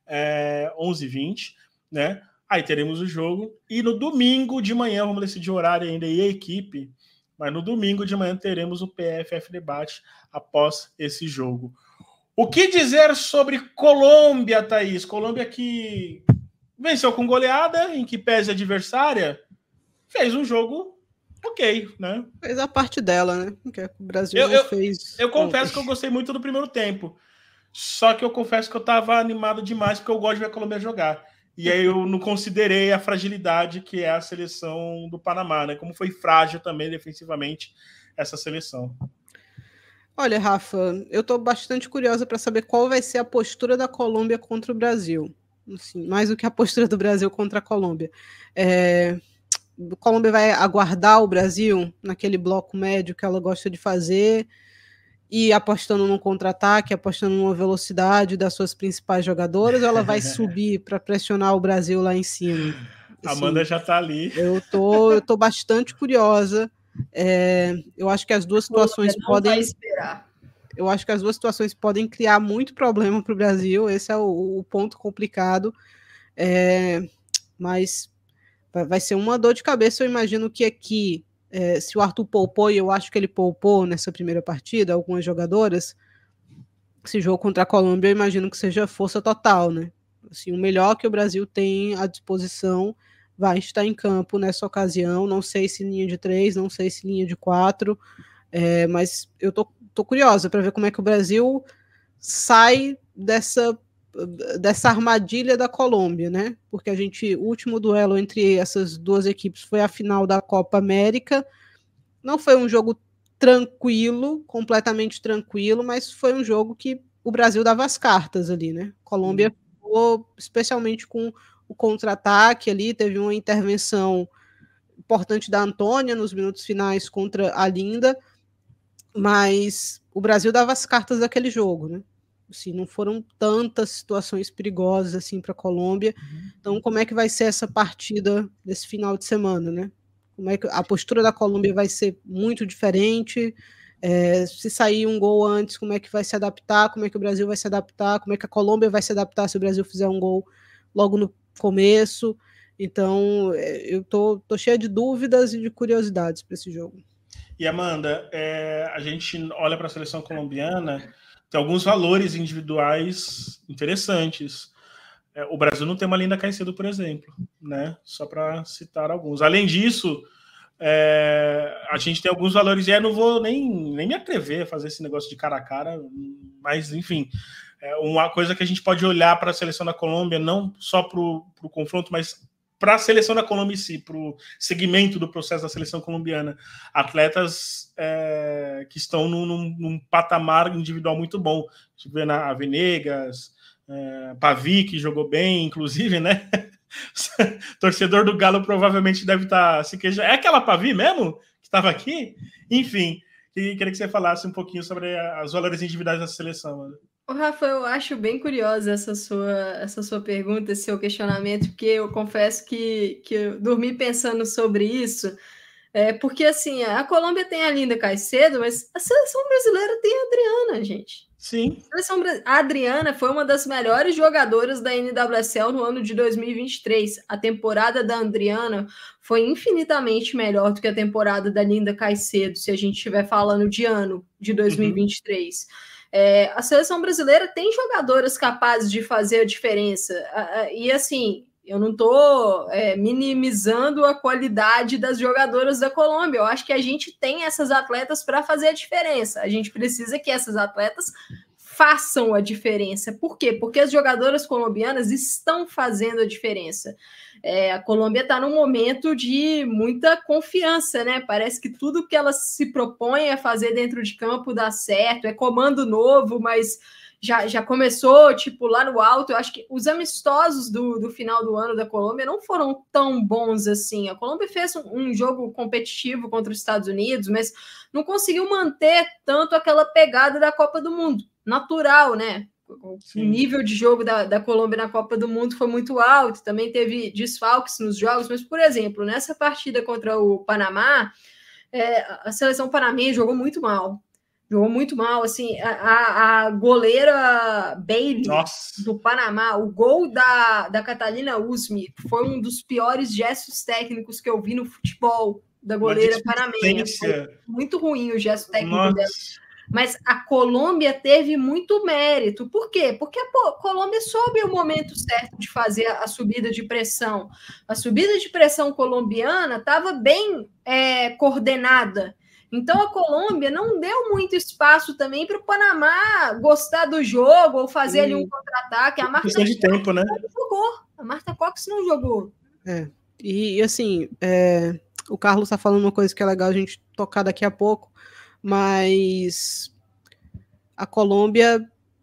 11h20, né? Aí teremos o jogo. E no domingo de manhã, vamos decidir o horário ainda e a equipe, mas no domingo de manhã teremos o PFF Debate após esse jogo. O que dizer sobre Colômbia, Thaís? Colômbia que venceu com goleada, em que pese adversária, fez um jogo ok, né? Fez a parte dela, né? Porque o Brasil não fez. Eu confesso que eu gostei muito do primeiro tempo. Só que eu confesso que eu estava animado demais, porque eu gosto de ver a Colômbia jogar. E aí eu não considerei a fragilidade que é a seleção do Panamá, né? Como foi frágil também defensivamente essa seleção. Olha, Rafa, eu estou bastante curiosa para saber qual vai ser a postura da Colômbia contra o Brasil. Assim, mais do que a postura do Brasil contra a Colômbia. A Colômbia vai aguardar o Brasil naquele bloco médio que ela gosta de fazer e apostando no contra-ataque, apostando numa velocidade das suas principais jogadoras, ou ela vai subir para pressionar o Brasil lá em cima? Assim, Amanda já está ali. Eu tô bastante curiosa. Eu acho que as duas situações podem. Eu acho que as duas situações podem criar muito problema para o Brasil. Esse é o ponto complicado. Mas vai ser uma dor de cabeça. Eu imagino que aqui, se o Arthur poupou, e eu acho que ele poupou nessa primeira partida, algumas jogadoras, esse jogo contra a Colômbia, eu imagino que seja força total, né? Assim, o melhor que o Brasil tem à disposição vai estar em campo nessa ocasião. Não sei se linha de 3, não sei se linha de 4, mas eu tô curiosa para ver como é que o Brasil sai dessa armadilha da Colômbia, né? Porque o último duelo entre essas duas equipes foi a final da Copa América. Não foi um jogo tranquilo, completamente tranquilo, mas foi um jogo que o Brasil dava as cartas ali, né? Colômbia ficou, especialmente com o contra-ataque ali, teve uma intervenção importante da Antônia nos minutos finais contra a Linda, mas o Brasil dava as cartas daquele jogo, né? Assim, não foram tantas situações perigosas assim para a Colômbia. Então, como é que vai ser essa partida desse final de semana, né? Como é que a postura da Colômbia vai ser muito diferente? Se sair um gol antes, como é que vai se adaptar? Como é que o Brasil vai se adaptar? Como é que a Colômbia vai se adaptar se o Brasil fizer um gol logo no começo? Então, eu tô cheia de dúvidas e de curiosidades para esse jogo. E, Amanda, a gente olha para a seleção colombiana, tem alguns valores individuais interessantes. O Brasil não tem uma Linda Caicedo, por exemplo, né? Só para citar alguns. Além disso, a gente tem alguns valores, e eu não vou nem me atrever a fazer esse negócio de cara a cara, mas, enfim, uma coisa que a gente pode olhar para a seleção da Colômbia, não só para o confronto, mas para a seleção da Colômbia em si, para o segmento do processo da seleção colombiana. Atletas que estão num patamar individual muito bom. A gente vê a Venegas, Pavy, que jogou bem, inclusive, né? Torcedor do Galo provavelmente deve estar se queixando. É aquela Pavy mesmo que estava aqui? Enfim, queria que você falasse um pouquinho sobre as valores individuais da seleção. Mano. Rafa, eu acho bem curiosa essa sua pergunta, esse seu questionamento, porque eu confesso que eu dormi pensando sobre isso, porque assim, a Colômbia tem a Linda Caicedo, mas a seleção brasileira tem a Adriana, gente. Sim. A Adriana foi uma das melhores jogadoras da NWSL no ano de 2023. A temporada da Adriana foi infinitamente melhor do que a temporada da Linda Caicedo, se a gente estiver falando de ano de 2023. A seleção brasileira tem jogadoras capazes de fazer a diferença. E assim, eu não estou minimizando a qualidade das jogadoras da Colômbia. Eu acho que a gente tem essas atletas para fazer a diferença. A gente precisa que essas atletas façam a diferença. Por quê? Porque as jogadoras colombianas estão fazendo a diferença. A Colômbia está num momento de muita confiança, né? Parece que tudo que ela se propõe a fazer dentro de campo dá certo, é comando novo, mas já começou, tipo, lá no alto. Eu acho que os amistosos do final do ano da Colômbia não foram tão bons assim. A Colômbia fez um jogo competitivo contra os Estados Unidos, mas não conseguiu manter tanto aquela pegada da Copa do Mundo. Natural, né? Sim. O nível de jogo da Colômbia na Copa do Mundo foi muito alto, também teve desfalques nos jogos, mas, por exemplo, nessa partida contra o Panamá, a seleção panamenha jogou muito mal. Jogou muito mal, assim, a goleira Bailey do Panamá, o gol da Catalina Usme foi um dos piores gestos técnicos que eu vi no futebol da goleira panamenha. Foi muito ruim o gesto técnico dela. Mas a Colômbia teve muito mérito. Por quê? Porque a Colômbia soube o momento certo de fazer a subida de pressão. A subida de pressão colombiana estava bem coordenada. Então, a Colômbia não deu muito espaço também para o Panamá gostar do jogo ou fazer ali um contra-ataque. A Marta questão de tempo, né? Não jogou. A Marta Cox não jogou. E assim, o Carlos está falando uma coisa que é legal a gente tocar daqui a pouco, mas a Colômbia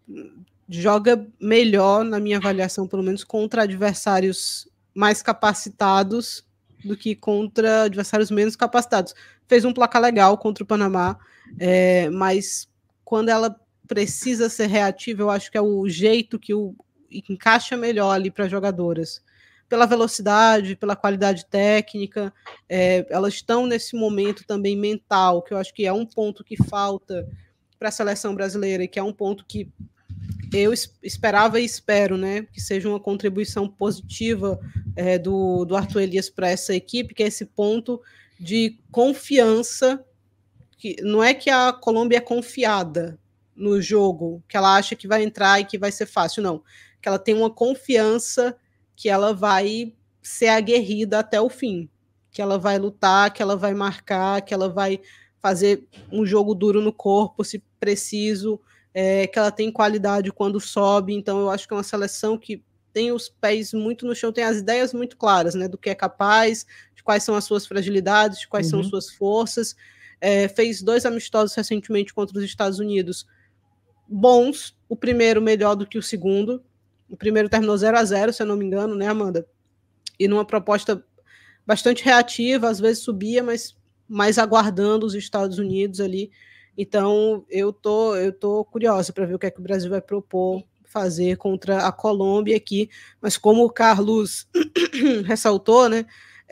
joga melhor, na minha avaliação, pelo menos, contra adversários mais capacitados do que contra adversários menos capacitados. Fez um placar legal contra o Panamá, mas quando ela precisa ser reativa, eu acho que é o jeito que encaixa melhor ali para as jogadoras. Pela velocidade, pela qualidade técnica, elas estão nesse momento também mental, que eu acho que é um ponto que falta para a seleção brasileira e que é um ponto que eu esperava e espero, né, que seja uma contribuição positiva do Arthur Elias para essa equipe, que é esse ponto de confiança, que não é que a Colômbia é confiada no jogo, que ela acha que vai entrar e que vai ser fácil, não, que ela tem uma confiança que ela vai ser aguerrida até o fim, que ela vai lutar, que ela vai marcar, que ela vai fazer um jogo duro no corpo, se preciso, que ela tem qualidade quando sobe. Então eu acho que é uma seleção que tem os pés muito no chão, tem as ideias muito claras, né, do que é capaz, de quais são as suas fragilidades, de quais são as suas forças. Fez 2 amistosos recentemente contra os Estados Unidos, bons, o primeiro melhor do que o segundo. O primeiro terminou 0-0, se eu não me engano, né, Amanda? E numa proposta bastante reativa, às vezes subia, mas mais aguardando os Estados Unidos ali. Então, eu tô curiosa para ver o que é que o Brasil vai propor fazer contra a Colômbia aqui. Mas como o Carlos ressaltou, né,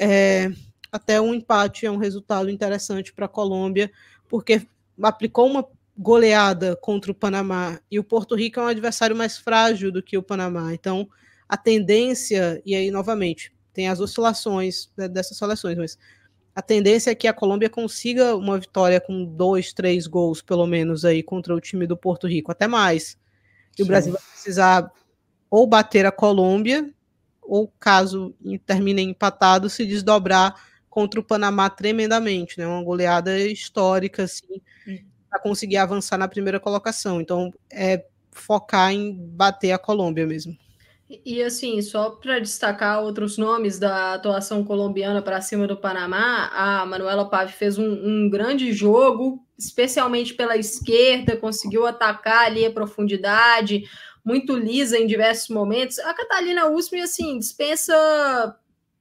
até um empate é um resultado interessante para a Colômbia, porque aplicou uma goleada contra o Panamá, e o Porto Rico é um adversário mais frágil do que o Panamá, então a tendência, e aí novamente, tem as oscilações dessas seleções, mas a tendência é que a Colômbia consiga uma vitória com 2, 3 gols, pelo menos, aí contra o time do Porto Rico, até mais, e o Brasil vai precisar ou bater a Colômbia, ou caso termine empatado, se desdobrar contra o Panamá tremendamente, né, uma goleada histórica, assim, para conseguir avançar na primeira colocação. Então, focar em bater a Colômbia mesmo. E assim, só para destacar outros nomes da atuação colombiana para cima do Panamá, a Manuela Pave fez um grande jogo, especialmente pela esquerda, conseguiu atacar ali a profundidade, muito lisa em diversos momentos. A Catalina Usme, assim, dispensa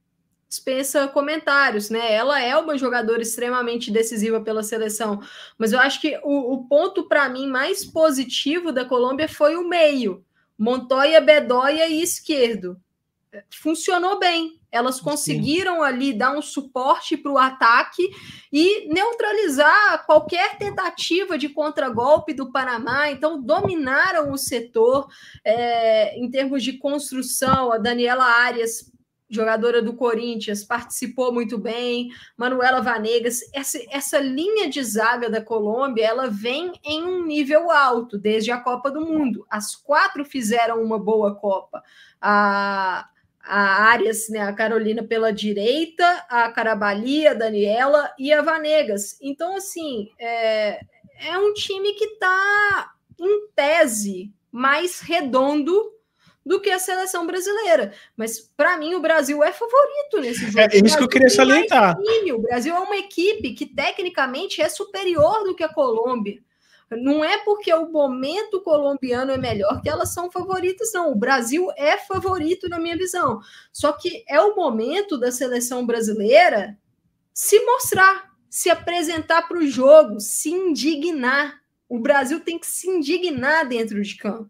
comentários, né? Ela é uma jogadora extremamente decisiva pela seleção, mas eu acho que o ponto para mim mais positivo da Colômbia foi o meio, Montoya, Bedoya e esquerdo. Funcionou bem. Elas conseguiram ali dar um suporte para o ataque e neutralizar qualquer tentativa de contragolpe do Panamá. Então, dominaram o setor em termos de construção. A Daniela Arias, jogadora do Corinthians, participou muito bem, Manuela Vanegas. Essa linha de zaga da Colômbia, ela vem em um nível alto desde a Copa do Mundo. As 4 fizeram uma boa Copa. A Arias, né, a Carolina pela direita, a Carabalí, a Daniela e a Vanegas. Então, assim, é um time que está, em tese, mais redondo do que a seleção brasileira. Mas, para mim, o Brasil é favorito nesse jogo. É isso que eu queria salientar. O Brasil é uma equipe que, tecnicamente, é superior do que a Colômbia. Não é porque o momento colombiano é melhor que elas são favoritas, não. O Brasil é favorito, na minha visão. Só que é o momento da seleção brasileira se mostrar, se apresentar para o jogo, se indignar. O Brasil tem que se indignar dentro de campo.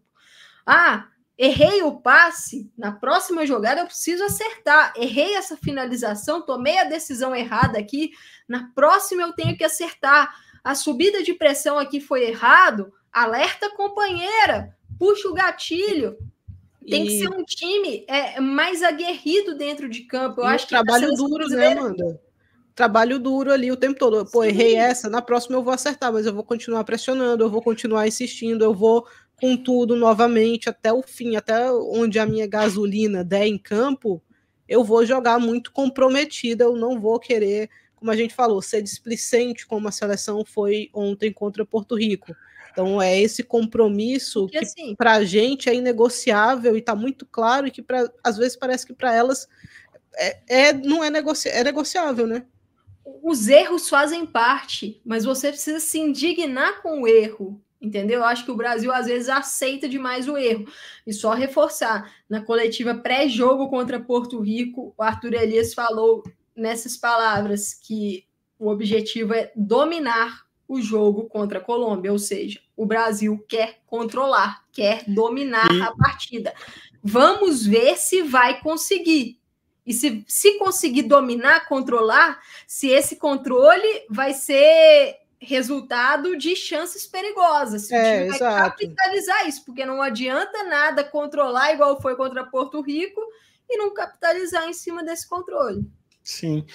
Errei o passe, na próxima jogada eu preciso acertar. Errei essa finalização, tomei a decisão errada aqui, na próxima eu tenho que acertar. A subida de pressão aqui foi errado, alerta companheira, puxa o gatilho. Tem que ser um time mais aguerrido dentro de campo. Eu acho que trabalho duro, né, Amanda? trabalho duro ali o tempo todo. Pô, errei essa, na próxima eu vou acertar, mas eu vou continuar pressionando, eu vou continuar insistindo, eu vou com tudo novamente até o fim, até onde a minha gasolina der em campo, eu vou jogar muito comprometida, eu não vou querer, como a gente falou, ser displicente como a seleção foi ontem contra Porto Rico. Então é esse compromisso que assim, para a gente é inegociável e está muito claro e que às vezes parece que para elas não é negociável, né? Os erros fazem parte, mas você precisa se indignar com o erro, entendeu? Eu acho que o Brasil às vezes aceita demais o erro. E só reforçar, na coletiva pré-jogo contra Porto Rico, o Arthur Elias falou nessas palavras que o objetivo é dominar o jogo contra a Colômbia, ou seja, o Brasil quer controlar, quer dominar a partida. Vamos ver se vai conseguir. E se conseguir dominar, controlar, se esse controle vai ser resultado de chances perigosas. Se o time vai capitalizar isso, porque não adianta nada controlar igual foi contra Porto Rico e não capitalizar em cima desse controle. Sim.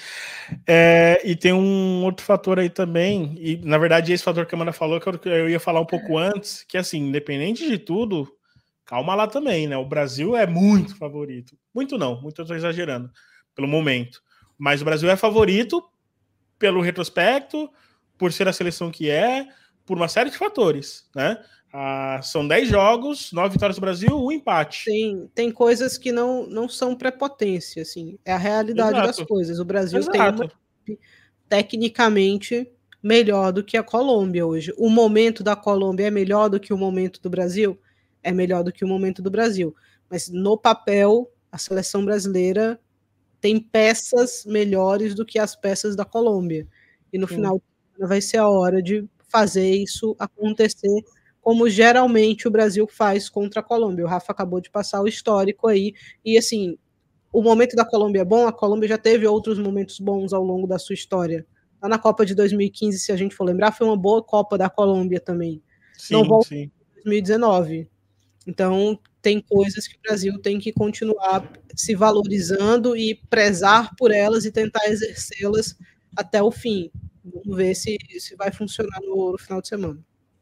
E tem um outro fator aí também, e na verdade esse fator que a Amanda falou, que eu ia falar um pouco antes, que assim, independente de tudo, calma lá também, né? O Brasil é muito favorito. Muito não, muito eu tô exagerando, pelo momento. Mas o Brasil é favorito pelo retrospecto, por ser a seleção que é, por uma série de fatores, né? São 10 jogos, 9 vitórias do Brasil, 1 empate. Tem coisas que não são prepotência, assim. É a realidade das coisas. O Brasil tem uma equipe tecnicamente melhor do que a Colômbia hoje. O momento da Colômbia é melhor do que o momento do Brasil? É melhor do que o momento do Brasil. Mas no papel, a seleção brasileira tem peças melhores do que as peças da Colômbia. E no final vai ser a hora de fazer isso acontecer como geralmente o Brasil faz contra a Colômbia. O Rafa acabou de passar o histórico aí, e assim, o momento da Colômbia é bom, a Colômbia já teve outros momentos bons ao longo da sua história. Lá na Copa de 2015, se a gente for lembrar, foi uma boa Copa da Colômbia também. Não voltou em 2019. Então, tem coisas que o Brasil tem que continuar se valorizando e prezar por elas e tentar exercê-las até o fim. Vamos ver se vai funcionar no final de semana.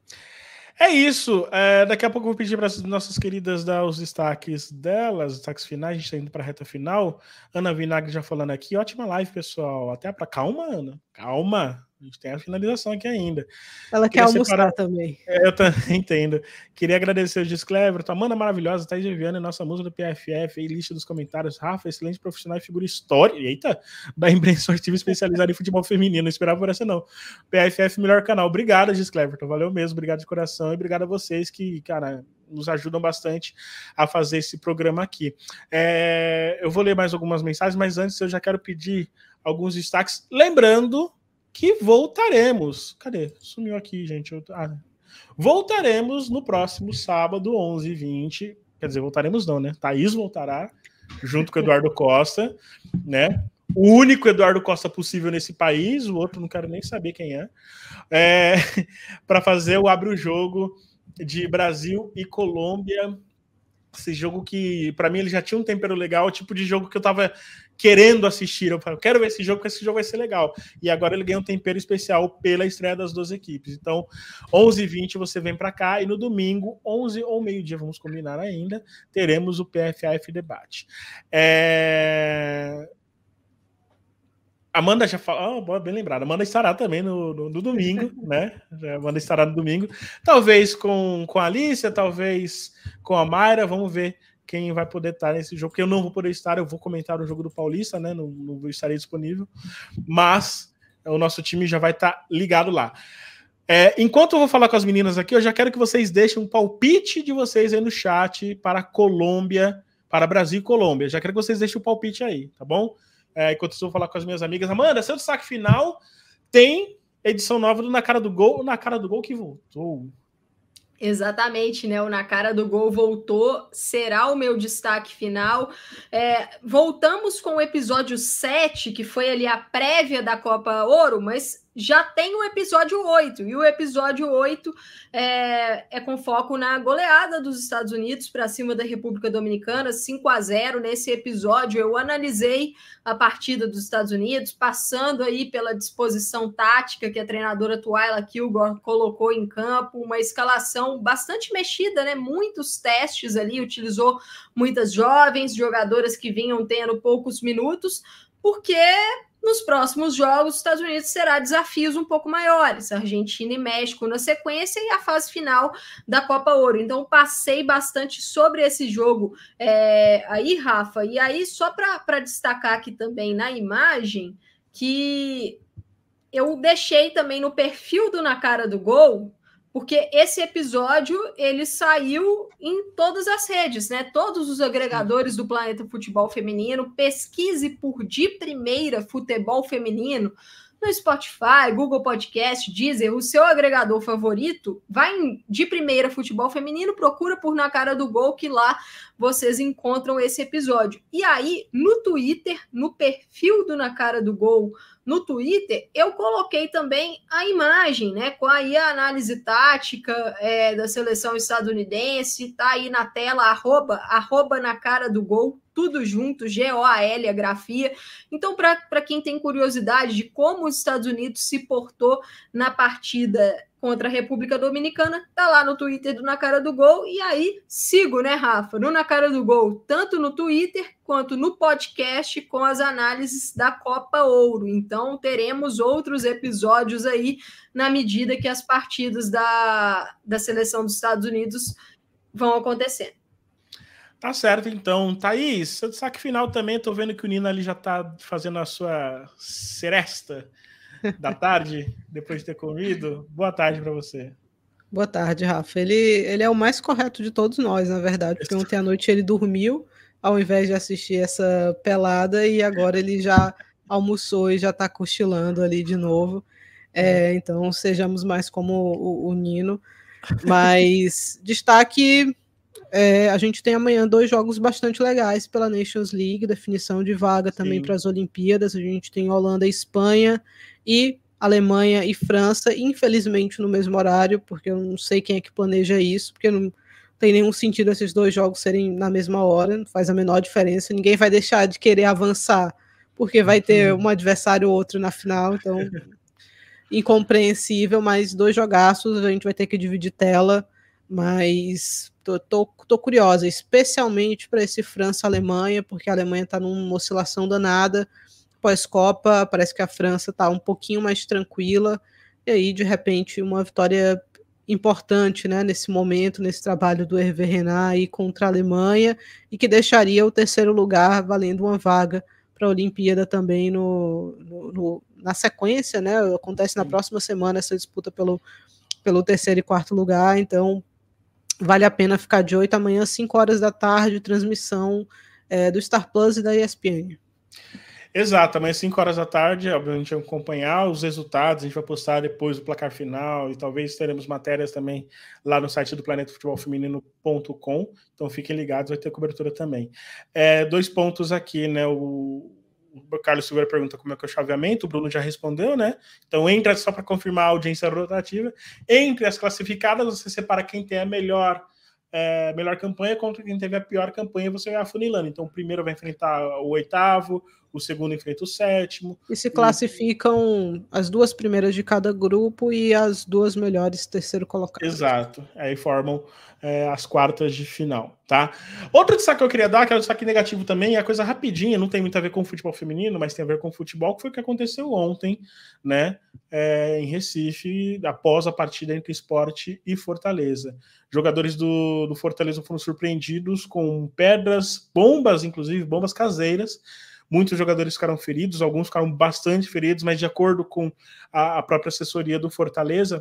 É isso. Daqui a pouco eu vou pedir para as nossas queridas dar os destaques delas, os destaques finais. A gente está indo para a reta final. Ana Vinagre já falando aqui. Ótima live, pessoal. Até para calma, Ana. Calma. A gente tem a finalização aqui ainda. Ela quer almoçar também. Eu também entendo. Queria agradecer o Disclever, tua Amanda maravilhosa, Thaís Viviane, nossa musa do PFF, aí, lista dos comentários. Rafa, excelente profissional e figura histórica. Eita, da imprensa esportiva especializada em futebol feminino. Não esperava por essa, não. PFF, melhor canal. Obrigado, Disclever. Valeu mesmo. Obrigado de coração. E obrigado a vocês que, cara, nos ajudam bastante a fazer esse programa aqui. Eu vou ler mais algumas mensagens, mas antes eu já quero pedir alguns destaques. Lembrando que voltaremos. Cadê? Sumiu aqui, gente. Voltaremos no próximo sábado, 11h20. Quer dizer, voltaremos não, né? Thaís voltará, junto com o Eduardo Costa, né? O único Eduardo Costa possível nesse país, o outro não quero nem saber quem para fazer o Abre o Jogo de Brasil e Colômbia. Esse jogo que, para mim, ele já tinha um tempero legal, o tipo de jogo que eu tava querendo assistir. Eu falei, eu quero ver esse jogo, porque esse jogo vai ser legal. E agora ele ganha um tempero especial pela estreia das duas equipes. Então, 11h20 você vem para cá, e no domingo, 11 ou meio-dia, vamos combinar ainda, teremos o PFF Debate. Amanda já falou, bem lembrado, Amanda estará também no domingo, né? Amanda estará no domingo, talvez com a Alicia, talvez com a Mayra, vamos ver quem vai poder estar nesse jogo, porque eu não vou poder estar, eu vou comentar o jogo do Paulista, né? Não estarei disponível, mas o nosso time já vai estar ligado lá. Enquanto eu vou falar com as meninas aqui, eu já quero que vocês deixem um palpite de vocês aí no chat para Colômbia, para Brasil e Colômbia. Já quero que vocês deixem o palpite aí, tá bom? Enquanto eu vou falar com as minhas amigas. Amanda, seu destaque final tem edição nova do Na Cara do Gol, Na Cara do Gol que voltou. Exatamente, né? O Na Cara do Gol voltou, será o meu destaque final. Voltamos com o episódio 7, que foi ali a prévia da Copa Ouro, mas já tem o episódio 8, e o episódio 8 é com foco na goleada dos Estados Unidos para cima da República Dominicana, 5-0. Nesse episódio eu analisei a partida dos Estados Unidos, passando aí pela disposição tática que a treinadora Twyla Kilgore colocou em campo, uma escalação bastante mexida, né? Muitos testes ali, utilizou muitas jovens, jogadoras que vinham tendo poucos minutos, porque nos próximos jogos, os Estados Unidos terá desafios um pouco maiores, Argentina e México na sequência e a fase final da Copa Ouro. Então, passei bastante sobre esse jogo aí, Rafa. E aí, só para destacar aqui também na imagem, que eu deixei também no perfil do Na Cara do Gol, porque esse episódio ele saiu em todas as redes, né? Todos os agregadores do Planeta Futebol Feminino. Pesquise por De Primeira Futebol Feminino no Spotify, Google Podcast, Deezer, o seu agregador favorito. Vai em De Primeira Futebol Feminino, procura por Na Cara do Gol, que lá vocês encontram esse episódio. E aí, no Twitter, no perfil do Na Cara do Gol, no Twitter, eu coloquei também a imagem, né, com aí a análise tática da seleção estadunidense, tá aí na tela, arroba Na Cara do Gol, tudo junto, G-O-A-L, a grafia. Então, para quem tem curiosidade de como os Estados Unidos se portou na partida contra a República Dominicana, tá lá no Twitter do Na Cara do Gol, e aí sigo, né, Rafa, no Na Cara do Gol, tanto no Twitter quanto no podcast com as análises da Copa Ouro. Então teremos outros episódios aí na medida que as partidas da seleção dos Estados Unidos vão acontecendo. Tá certo, então. Thaís, seu destaque final também, tô vendo que o Nino ali já tá fazendo a sua seresta da tarde, depois de ter comido. Boa tarde para você. Boa tarde, Rafa. Ele é o mais correto de todos nós, na verdade, porque ontem à noite ele dormiu, ao invés de assistir essa pelada, e agora ele já almoçou e já está cochilando ali de novo. Então, sejamos mais como o Nino. Mas destaque... a gente tem amanhã 2 jogos bastante legais pela Nations League, definição de vaga também para as Olimpíadas. A gente tem Holanda e Espanha, e Alemanha e França, infelizmente no mesmo horário, porque eu não sei quem é que planeja isso, porque não tem nenhum sentido esses 2 jogos serem na mesma hora, não faz a menor diferença, ninguém vai deixar de querer avançar, porque vai ter um adversário ou outro na final, então incompreensível, mas 2 jogaços, a gente vai ter que dividir tela, mas tô curiosa, especialmente para esse França-Alemanha, porque a Alemanha está numa oscilação danada, pós-Copa, parece que a França está um pouquinho mais tranquila, e aí, de repente, uma vitória importante, né, nesse momento, nesse trabalho do Hervé Renard aí contra a Alemanha, e que deixaria o 3º lugar valendo uma vaga para a Olimpíada também na sequência, né, acontece na próxima semana essa disputa pelo 3º e 4º lugar, então vale a pena ficar de 8 amanhã, 5 horas da tarde, transmissão do Star Plus e da ESPN. Exato, amanhã 5 horas da tarde, obviamente acompanhar os resultados, a gente vai postar depois do placar final e talvez teremos matérias também lá no site do planetafutbolfeminino.com, então fiquem ligados, vai ter cobertura também. 2 pontos aqui, né, o Carlos Silveira pergunta como é que é o chaveamento, o Bruno já respondeu, né, então entra só para confirmar a audiência rotativa, entre as classificadas você separa quem tem a melhor campanha contra quem teve a pior campanha, você vai afunilando. Então o primeiro vai enfrentar o 8º, o segundo enfrenta o 7º. E se classificam as 2 primeiras de cada grupo e as 2 melhores 3º colocadas. Exato. Aí formam as quartas de final, tá? Outro destaque que eu queria dar, que é o destaque negativo também, é a coisa rapidinha, não tem muito a ver com o futebol feminino, mas tem a ver com o futebol, que foi o que aconteceu ontem, né? Em Recife, após a partida entre Sport e Fortaleza. Jogadores do Fortaleza foram surpreendidos com pedras, bombas, inclusive, bombas caseiras. Muitos jogadores ficaram feridos, alguns ficaram bastante feridos, mas de acordo com a própria assessoria do Fortaleza,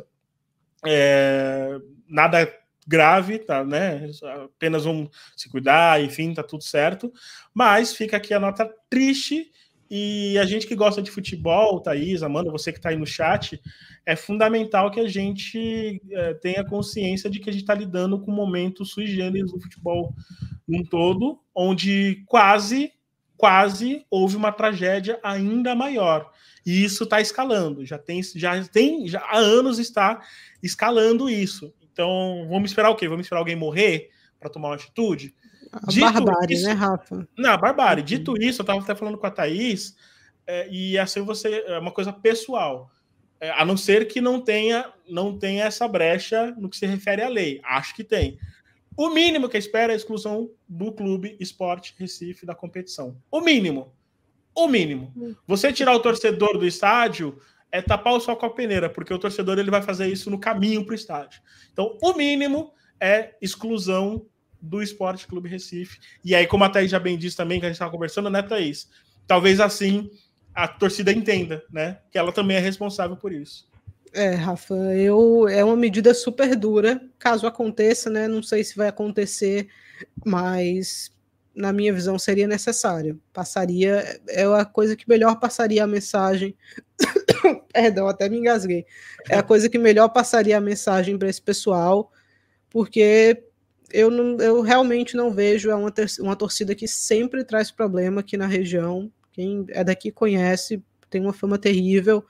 nada grave, tá, né? Apenas vão se cuidar, enfim, tá tudo certo. Mas fica aqui a nota triste, e a gente que gosta de futebol, Thaís, Amanda, você que está aí no chat, é fundamental que a gente tenha consciência de que a gente está lidando com um momento sui generis do futebol num todo, onde quase quase houve uma tragédia ainda maior. E isso está escalando. Já há anos está escalando isso. Então, vamos esperar o quê? Vamos esperar alguém morrer para tomar uma atitude? Barbárie, isso, né, Rafa? Não, barbárie. Dito isso, eu estava até falando com a Thaís, e assim é uma coisa pessoal. A não ser que não tenha essa brecha no que se refere à lei. Acho que tem. O mínimo que espera é a exclusão do Clube Sport Recife da competição. O mínimo. O mínimo. Você tirar o torcedor do estádio é tapar o sol com a peneira, porque o torcedor ele vai fazer isso no caminho para o estádio. Então, o mínimo é exclusão do Esporte Clube Recife. E aí, como a Thaís já bem disse também, que a gente estava conversando, né, Thaís? Talvez assim a torcida entenda, né? Que ela também é responsável por isso. Rafa, é uma medida super dura, caso aconteça, né? Não sei se vai acontecer, mas na minha visão seria necessário. É a coisa que melhor passaria a mensagem. Perdão, até me engasguei. É a coisa que melhor passaria a mensagem para esse pessoal, porque eu realmente não vejo uma torcida que sempre traz problema aqui na região. Quem é daqui conhece, tem uma fama terrível.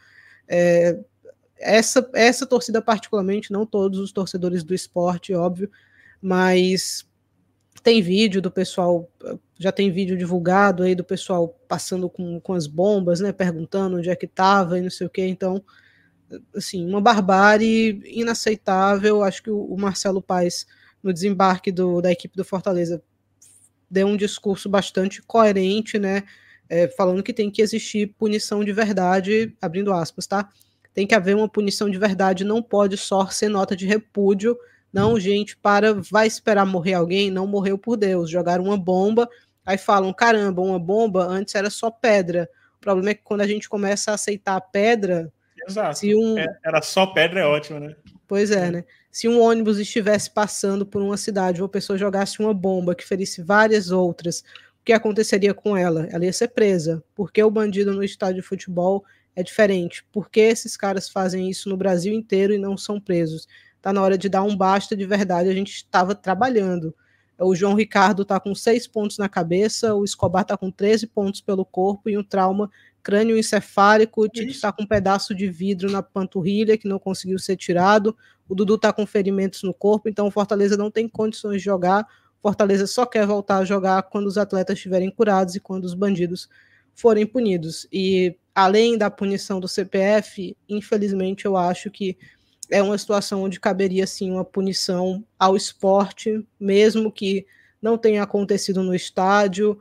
Essa torcida particularmente, não todos os torcedores do esporte, óbvio, mas tem vídeo do pessoal, já tem vídeo divulgado aí do pessoal passando com as bombas, né, perguntando onde é que estava e não sei o que. Então, assim, uma barbárie inaceitável. Acho que o Marcelo Paes, no desembarque da equipe do Fortaleza, deu um discurso bastante coerente, né, falando que tem que existir punição de verdade, abrindo aspas, tá? Tem que haver uma punição de verdade, não pode só ser nota de repúdio. Não, gente, vai esperar morrer alguém? Não morreu por Deus. Jogaram uma bomba, aí falam, caramba, uma bomba antes era só pedra. O problema é que quando a gente começa a aceitar a pedra... Exato. Era só pedra, é ótimo, né? Pois é, né? Se um ônibus estivesse passando por uma cidade, uma pessoa jogasse uma bomba que ferisse várias outras, o que aconteceria com ela? Ela ia ser presa. Porque o bandido no estádio de futebol é diferente? Por que esses caras fazem isso no Brasil inteiro e não são presos? Tá na hora de dar um basta de verdade. A gente estava trabalhando. O João Ricardo tá com 6 pontos na cabeça, o Escobar tá com 13 pontos pelo corpo e um trauma crânioencefálico, o Tite tá com um pedaço de vidro na panturrilha que não conseguiu ser tirado, o Dudu tá com ferimentos no corpo, então o Fortaleza não tem condições de jogar. O Fortaleza só quer voltar a jogar quando os atletas estiverem curados e quando os bandidos forem punidos. E além da punição do CPF, infelizmente eu acho que é uma situação onde caberia sim uma punição ao esporte, mesmo que não tenha acontecido no estádio,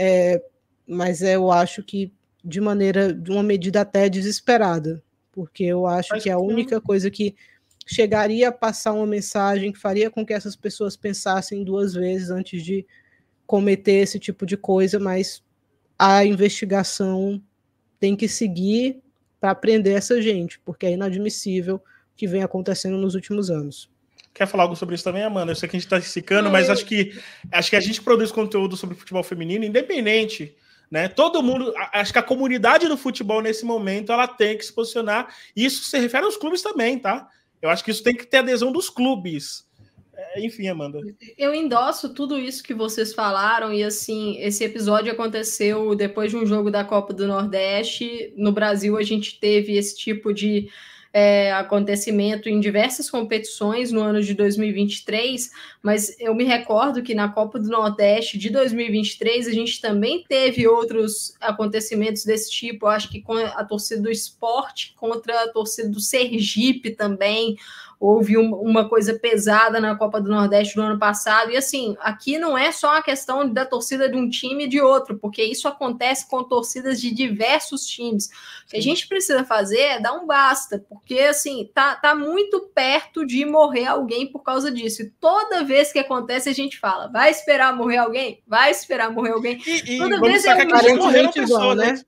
mas eu acho que de uma medida até desesperada, porque eu acho que é a única coisa que chegaria a passar uma mensagem que faria com que essas pessoas pensassem 2 vezes antes de cometer esse tipo de coisa, mas a investigação tem que seguir para prender essa gente, porque é inadmissível o que vem acontecendo nos últimos anos. Quer falar algo sobre isso também, Amanda? Eu sei que a gente está secando, mas acho que a gente produz conteúdo sobre futebol feminino, independente, né? Todo mundo, acho que a comunidade do futebol nesse momento, ela tem que se posicionar. E isso se refere aos clubes também, tá? Eu acho que isso tem que ter adesão dos clubes. Enfim, Amanda. Eu endosso tudo isso que vocês falaram e, assim, esse episódio aconteceu depois de um jogo da Copa do Nordeste. No Brasil, a gente teve esse tipo de acontecimento em diversas competições no ano de 2023, mas eu me recordo que na Copa do Nordeste de 2023 a gente também teve outros acontecimentos desse tipo. Eu acho que com a torcida do Sport contra a torcida do Sergipe também houve uma coisa pesada na Copa do Nordeste do ano passado. E assim, aqui não é só a questão da torcida de um time e de outro, porque isso acontece com torcidas de diversos times. O que a gente precisa fazer é dar um basta, porque assim, tá muito perto de morrer alguém por causa disso. E toda vez que acontece, a gente fala, vai esperar morrer alguém? Vai esperar morrer alguém? Toda vez é que já morreram pessoas, né?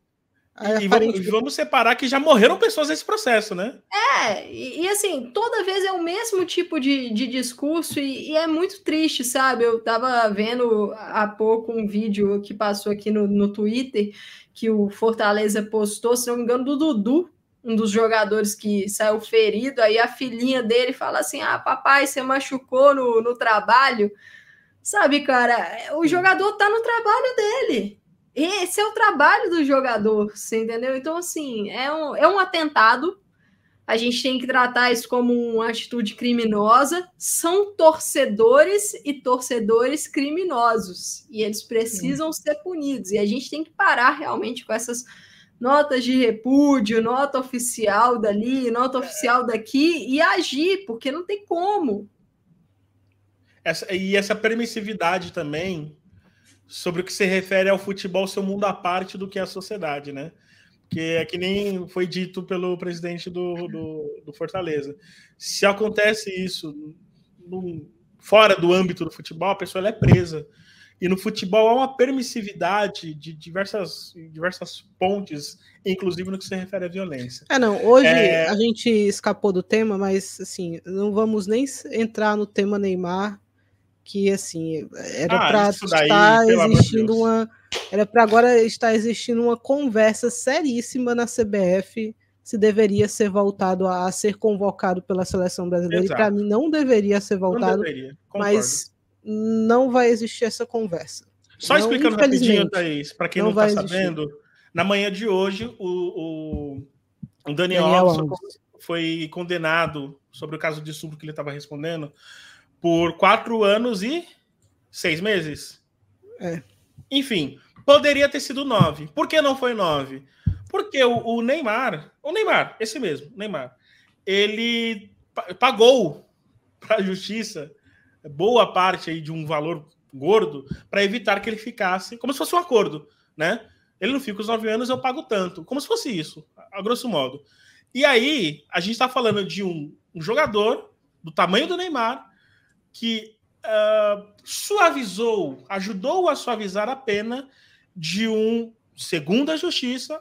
E vamos separar que já morreram pessoas nesse processo, né? E assim, toda vez é o mesmo tipo de discurso e é muito triste, sabe? Eu tava vendo há pouco um vídeo que passou aqui no Twitter, que o Fortaleza postou, se não me engano, do Dudu, um dos jogadores que saiu ferido, aí a filhinha dele fala assim, papai, você machucou no trabalho, sabe, cara? O jogador tá no trabalho dele. Esse é o trabalho do jogador, você entendeu? Então, assim, é um atentado. A gente tem que tratar isso como uma atitude criminosa. São torcedores e torcedores criminosos. E eles precisam ser punidos. E a gente tem que parar realmente com essas notas de repúdio, nota oficial dali, nota oficial daqui, e agir, porque não tem como. Essa permissividade também, sobre o que se refere ao futebol ser um mundo à parte do que é a sociedade, né? Que é que nem foi dito pelo presidente do Fortaleza. Se acontece isso fora do âmbito do futebol, a pessoa ela é presa. E no futebol há uma permissividade de diversas pontes, inclusive no que se refere à violência. Hoje a gente escapou do tema, mas assim, não vamos nem entrar no tema Neymar, que assim, era para estar existindo era para agora estar existindo uma conversa seríssima na CBF se deveria ser voltado a ser convocado pela seleção brasileira. Exato. E para mim não deveria ser voltado, mas não vai existir essa conversa. Só não, explicando rapidinho, Thaís, para quem não está sabendo, na manhã de hoje o Daniel Alves foi condenado sobre o caso de estupro que ele estava respondendo por 4 anos e 6 meses. Enfim, poderia ter sido 9. Por que não foi 9? Porque o Neymar, esse mesmo, Neymar, ele pagou para a justiça boa parte aí de um valor gordo para evitar que ele ficasse, como se fosse um acordo, né? Ele não fica os 9 anos, eu pago tanto. Como se fosse isso, a grosso modo. E aí, a gente está falando de um jogador do tamanho do Neymar que ajudou a suavizar a pena de um, segundo a justiça,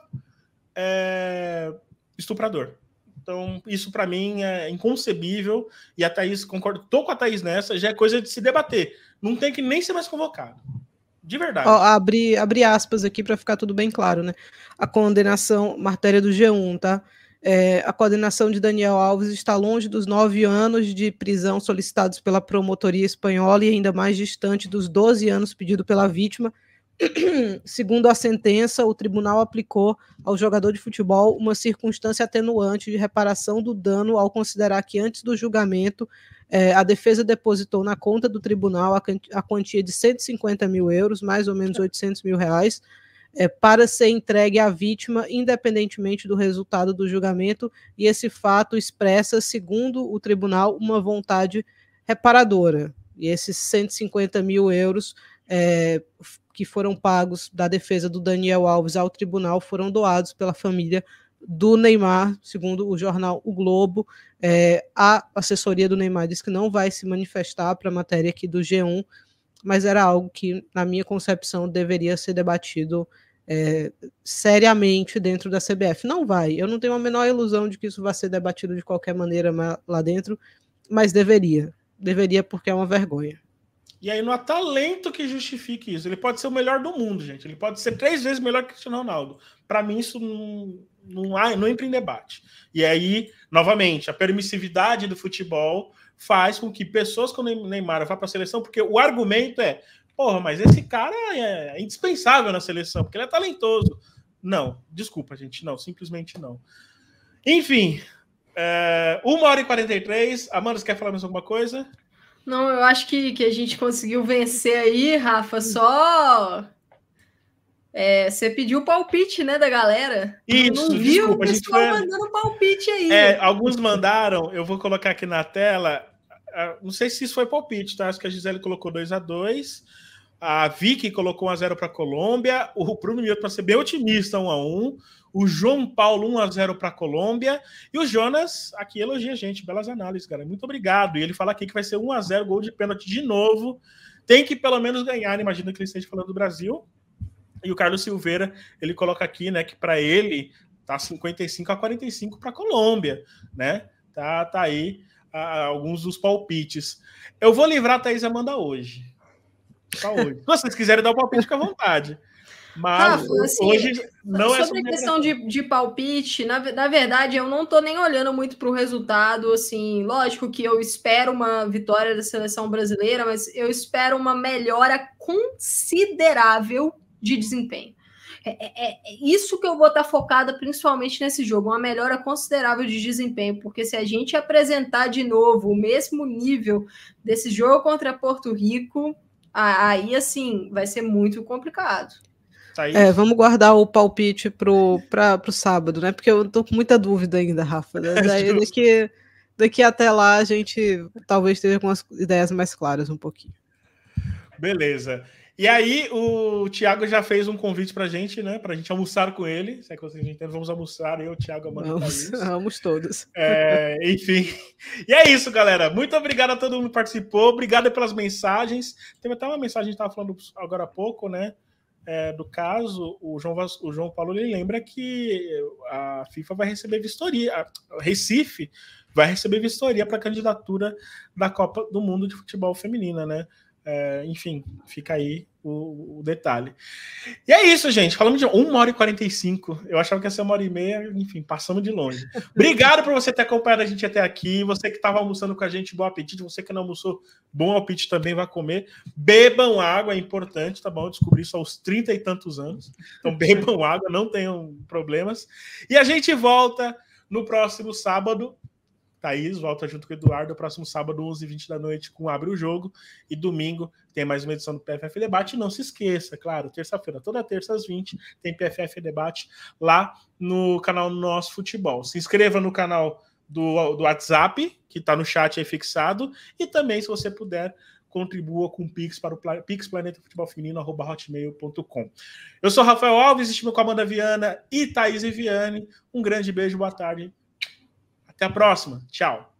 estuprador. Então, isso para mim é inconcebível, e a Thaís, concordo, tô com a Thaís nessa, já é coisa de se debater. Não tem que nem ser mais convocado. De verdade. Abri aspas aqui para ficar tudo bem claro, né? A condenação, matéria do G1, tá? A condenação de Daniel Alves está longe dos 9 anos de prisão solicitados pela promotoria espanhola e ainda mais distante dos 12 anos pedido pela vítima. Segundo a sentença, o tribunal aplicou ao jogador de futebol uma circunstância atenuante de reparação do dano ao considerar que antes do julgamento a defesa depositou na conta do tribunal a quantia de 150 mil euros, mais ou menos 800 mil reais, para ser entregue à vítima, independentemente do resultado do julgamento, e esse fato expressa, segundo o tribunal, uma vontade reparadora. E esses 150 mil euros que foram pagos da defesa do Daniel Alves ao tribunal foram doados pela família do Neymar, segundo o jornal O Globo. A assessoria do Neymar diz que não vai se manifestar para a matéria aqui do G1, mas era algo que, na minha concepção, deveria ser debatido seriamente dentro da CBF. Não vai, eu não tenho a menor ilusão de que isso vai ser debatido de qualquer maneira lá dentro, mas deveria porque é uma vergonha. E aí não há talento que justifique isso. Ele pode ser o melhor do mundo, gente. Ele pode ser 3 vezes melhor que o Cristiano Ronaldo. Para mim, isso não entra em debate. E aí, novamente, a permissividade do futebol faz com que pessoas como o Neymar vá para a seleção, porque o argumento é: porra, mas esse cara é indispensável na seleção, porque ele é talentoso. Não, desculpa, gente. Não, simplesmente não. Enfim, 1h43. Amanda, você quer falar mais alguma coisa? Não, eu acho que a gente conseguiu vencer aí, Rafa, só... você pediu o palpite, né, da galera? Isso, não viu o pessoal mandando palpite aí. Alguns mandaram, eu vou colocar aqui na tela, não sei se isso foi palpite, tá? Acho que a Gisele colocou 2-2, a Vicky colocou 1-0 para a Colômbia, o Bruno Mioto, para ser bem otimista, 1-1, o João Paulo 1-0 para a Colômbia, e o Jonas aqui elogia a gente, belas análises, cara, muito obrigado. E ele fala aqui que vai ser 1-0, gol de pênalti de novo, tem que pelo menos ganhar, imagina que ele esteja falando do Brasil. E o Carlos Silveira, ele coloca aqui, né, que para ele tá 55-45 para a Colômbia, né? Tá aí alguns dos palpites. Eu vou livrar a Thaís Amanda hoje. Só hoje. Se vocês quiserem dar o palpite, fica à vontade. Mas Rafa, assim, hoje não é sobre a questão de palpite, na verdade, eu não tô nem olhando muito para o resultado, assim, lógico que eu espero uma vitória da seleção brasileira, mas eu espero uma melhora considerável de desempenho. É isso que eu vou estar focada principalmente nesse jogo, uma melhora considerável de desempenho, porque se a gente apresentar de novo o mesmo nível desse jogo contra Porto Rico, aí assim vai ser muito complicado. Vamos guardar o palpite pro sábado, né? Porque eu tô com muita dúvida ainda, Rafa. Daqui até lá a gente talvez esteja com as ideias mais claras um pouquinho. Beleza. E aí, o Thiago já fez um convite pra gente, né? Pra gente almoçar com ele. Se é que vocês entendem, vamos almoçar. Eu, o Thiago, Amanda e Thaís. Vamos todos. Enfim. E é isso, galera. Muito obrigado a todo mundo que participou. Obrigado pelas mensagens. Teve até uma mensagem que a gente estava falando agora há pouco, né? Do caso, o João Paulo ele lembra que a FIFA vai receber vistoria. Recife vai receber vistoria para a candidatura da Copa do Mundo de Futebol Feminina, né? Enfim, fica aí o detalhe. E é isso, gente. Falamos de 1h45. Eu achava que ia ser 1h30. Enfim, passamos de longe. Obrigado por você ter acompanhado a gente até aqui. Você que estava almoçando com a gente, bom apetite. Você que não almoçou, bom apetite também, vai comer. Bebam água, é importante, tá bom? Eu descobri isso aos 30 e tantos anos. Então, bebam água, não tenham problemas. E a gente volta no próximo sábado. Thaís volta junto com o Eduardo, próximo sábado, 11h20 da noite, com Abre o Jogo. E domingo tem mais uma edição do PFF Debate. E não se esqueça, claro, terça-feira, toda terça às 20, tem PFF Debate lá no canal Nosso Futebol. Se inscreva no canal do WhatsApp, que está no chat aí fixado. E também, se você puder, contribua com o Pix para o Pix Planeta Futebol Feminino, @hotmail.com. Eu sou Rafael Alves, estive com a Amanda Viana e Thaís Viviane. Um grande beijo, boa tarde. Até a próxima. Tchau.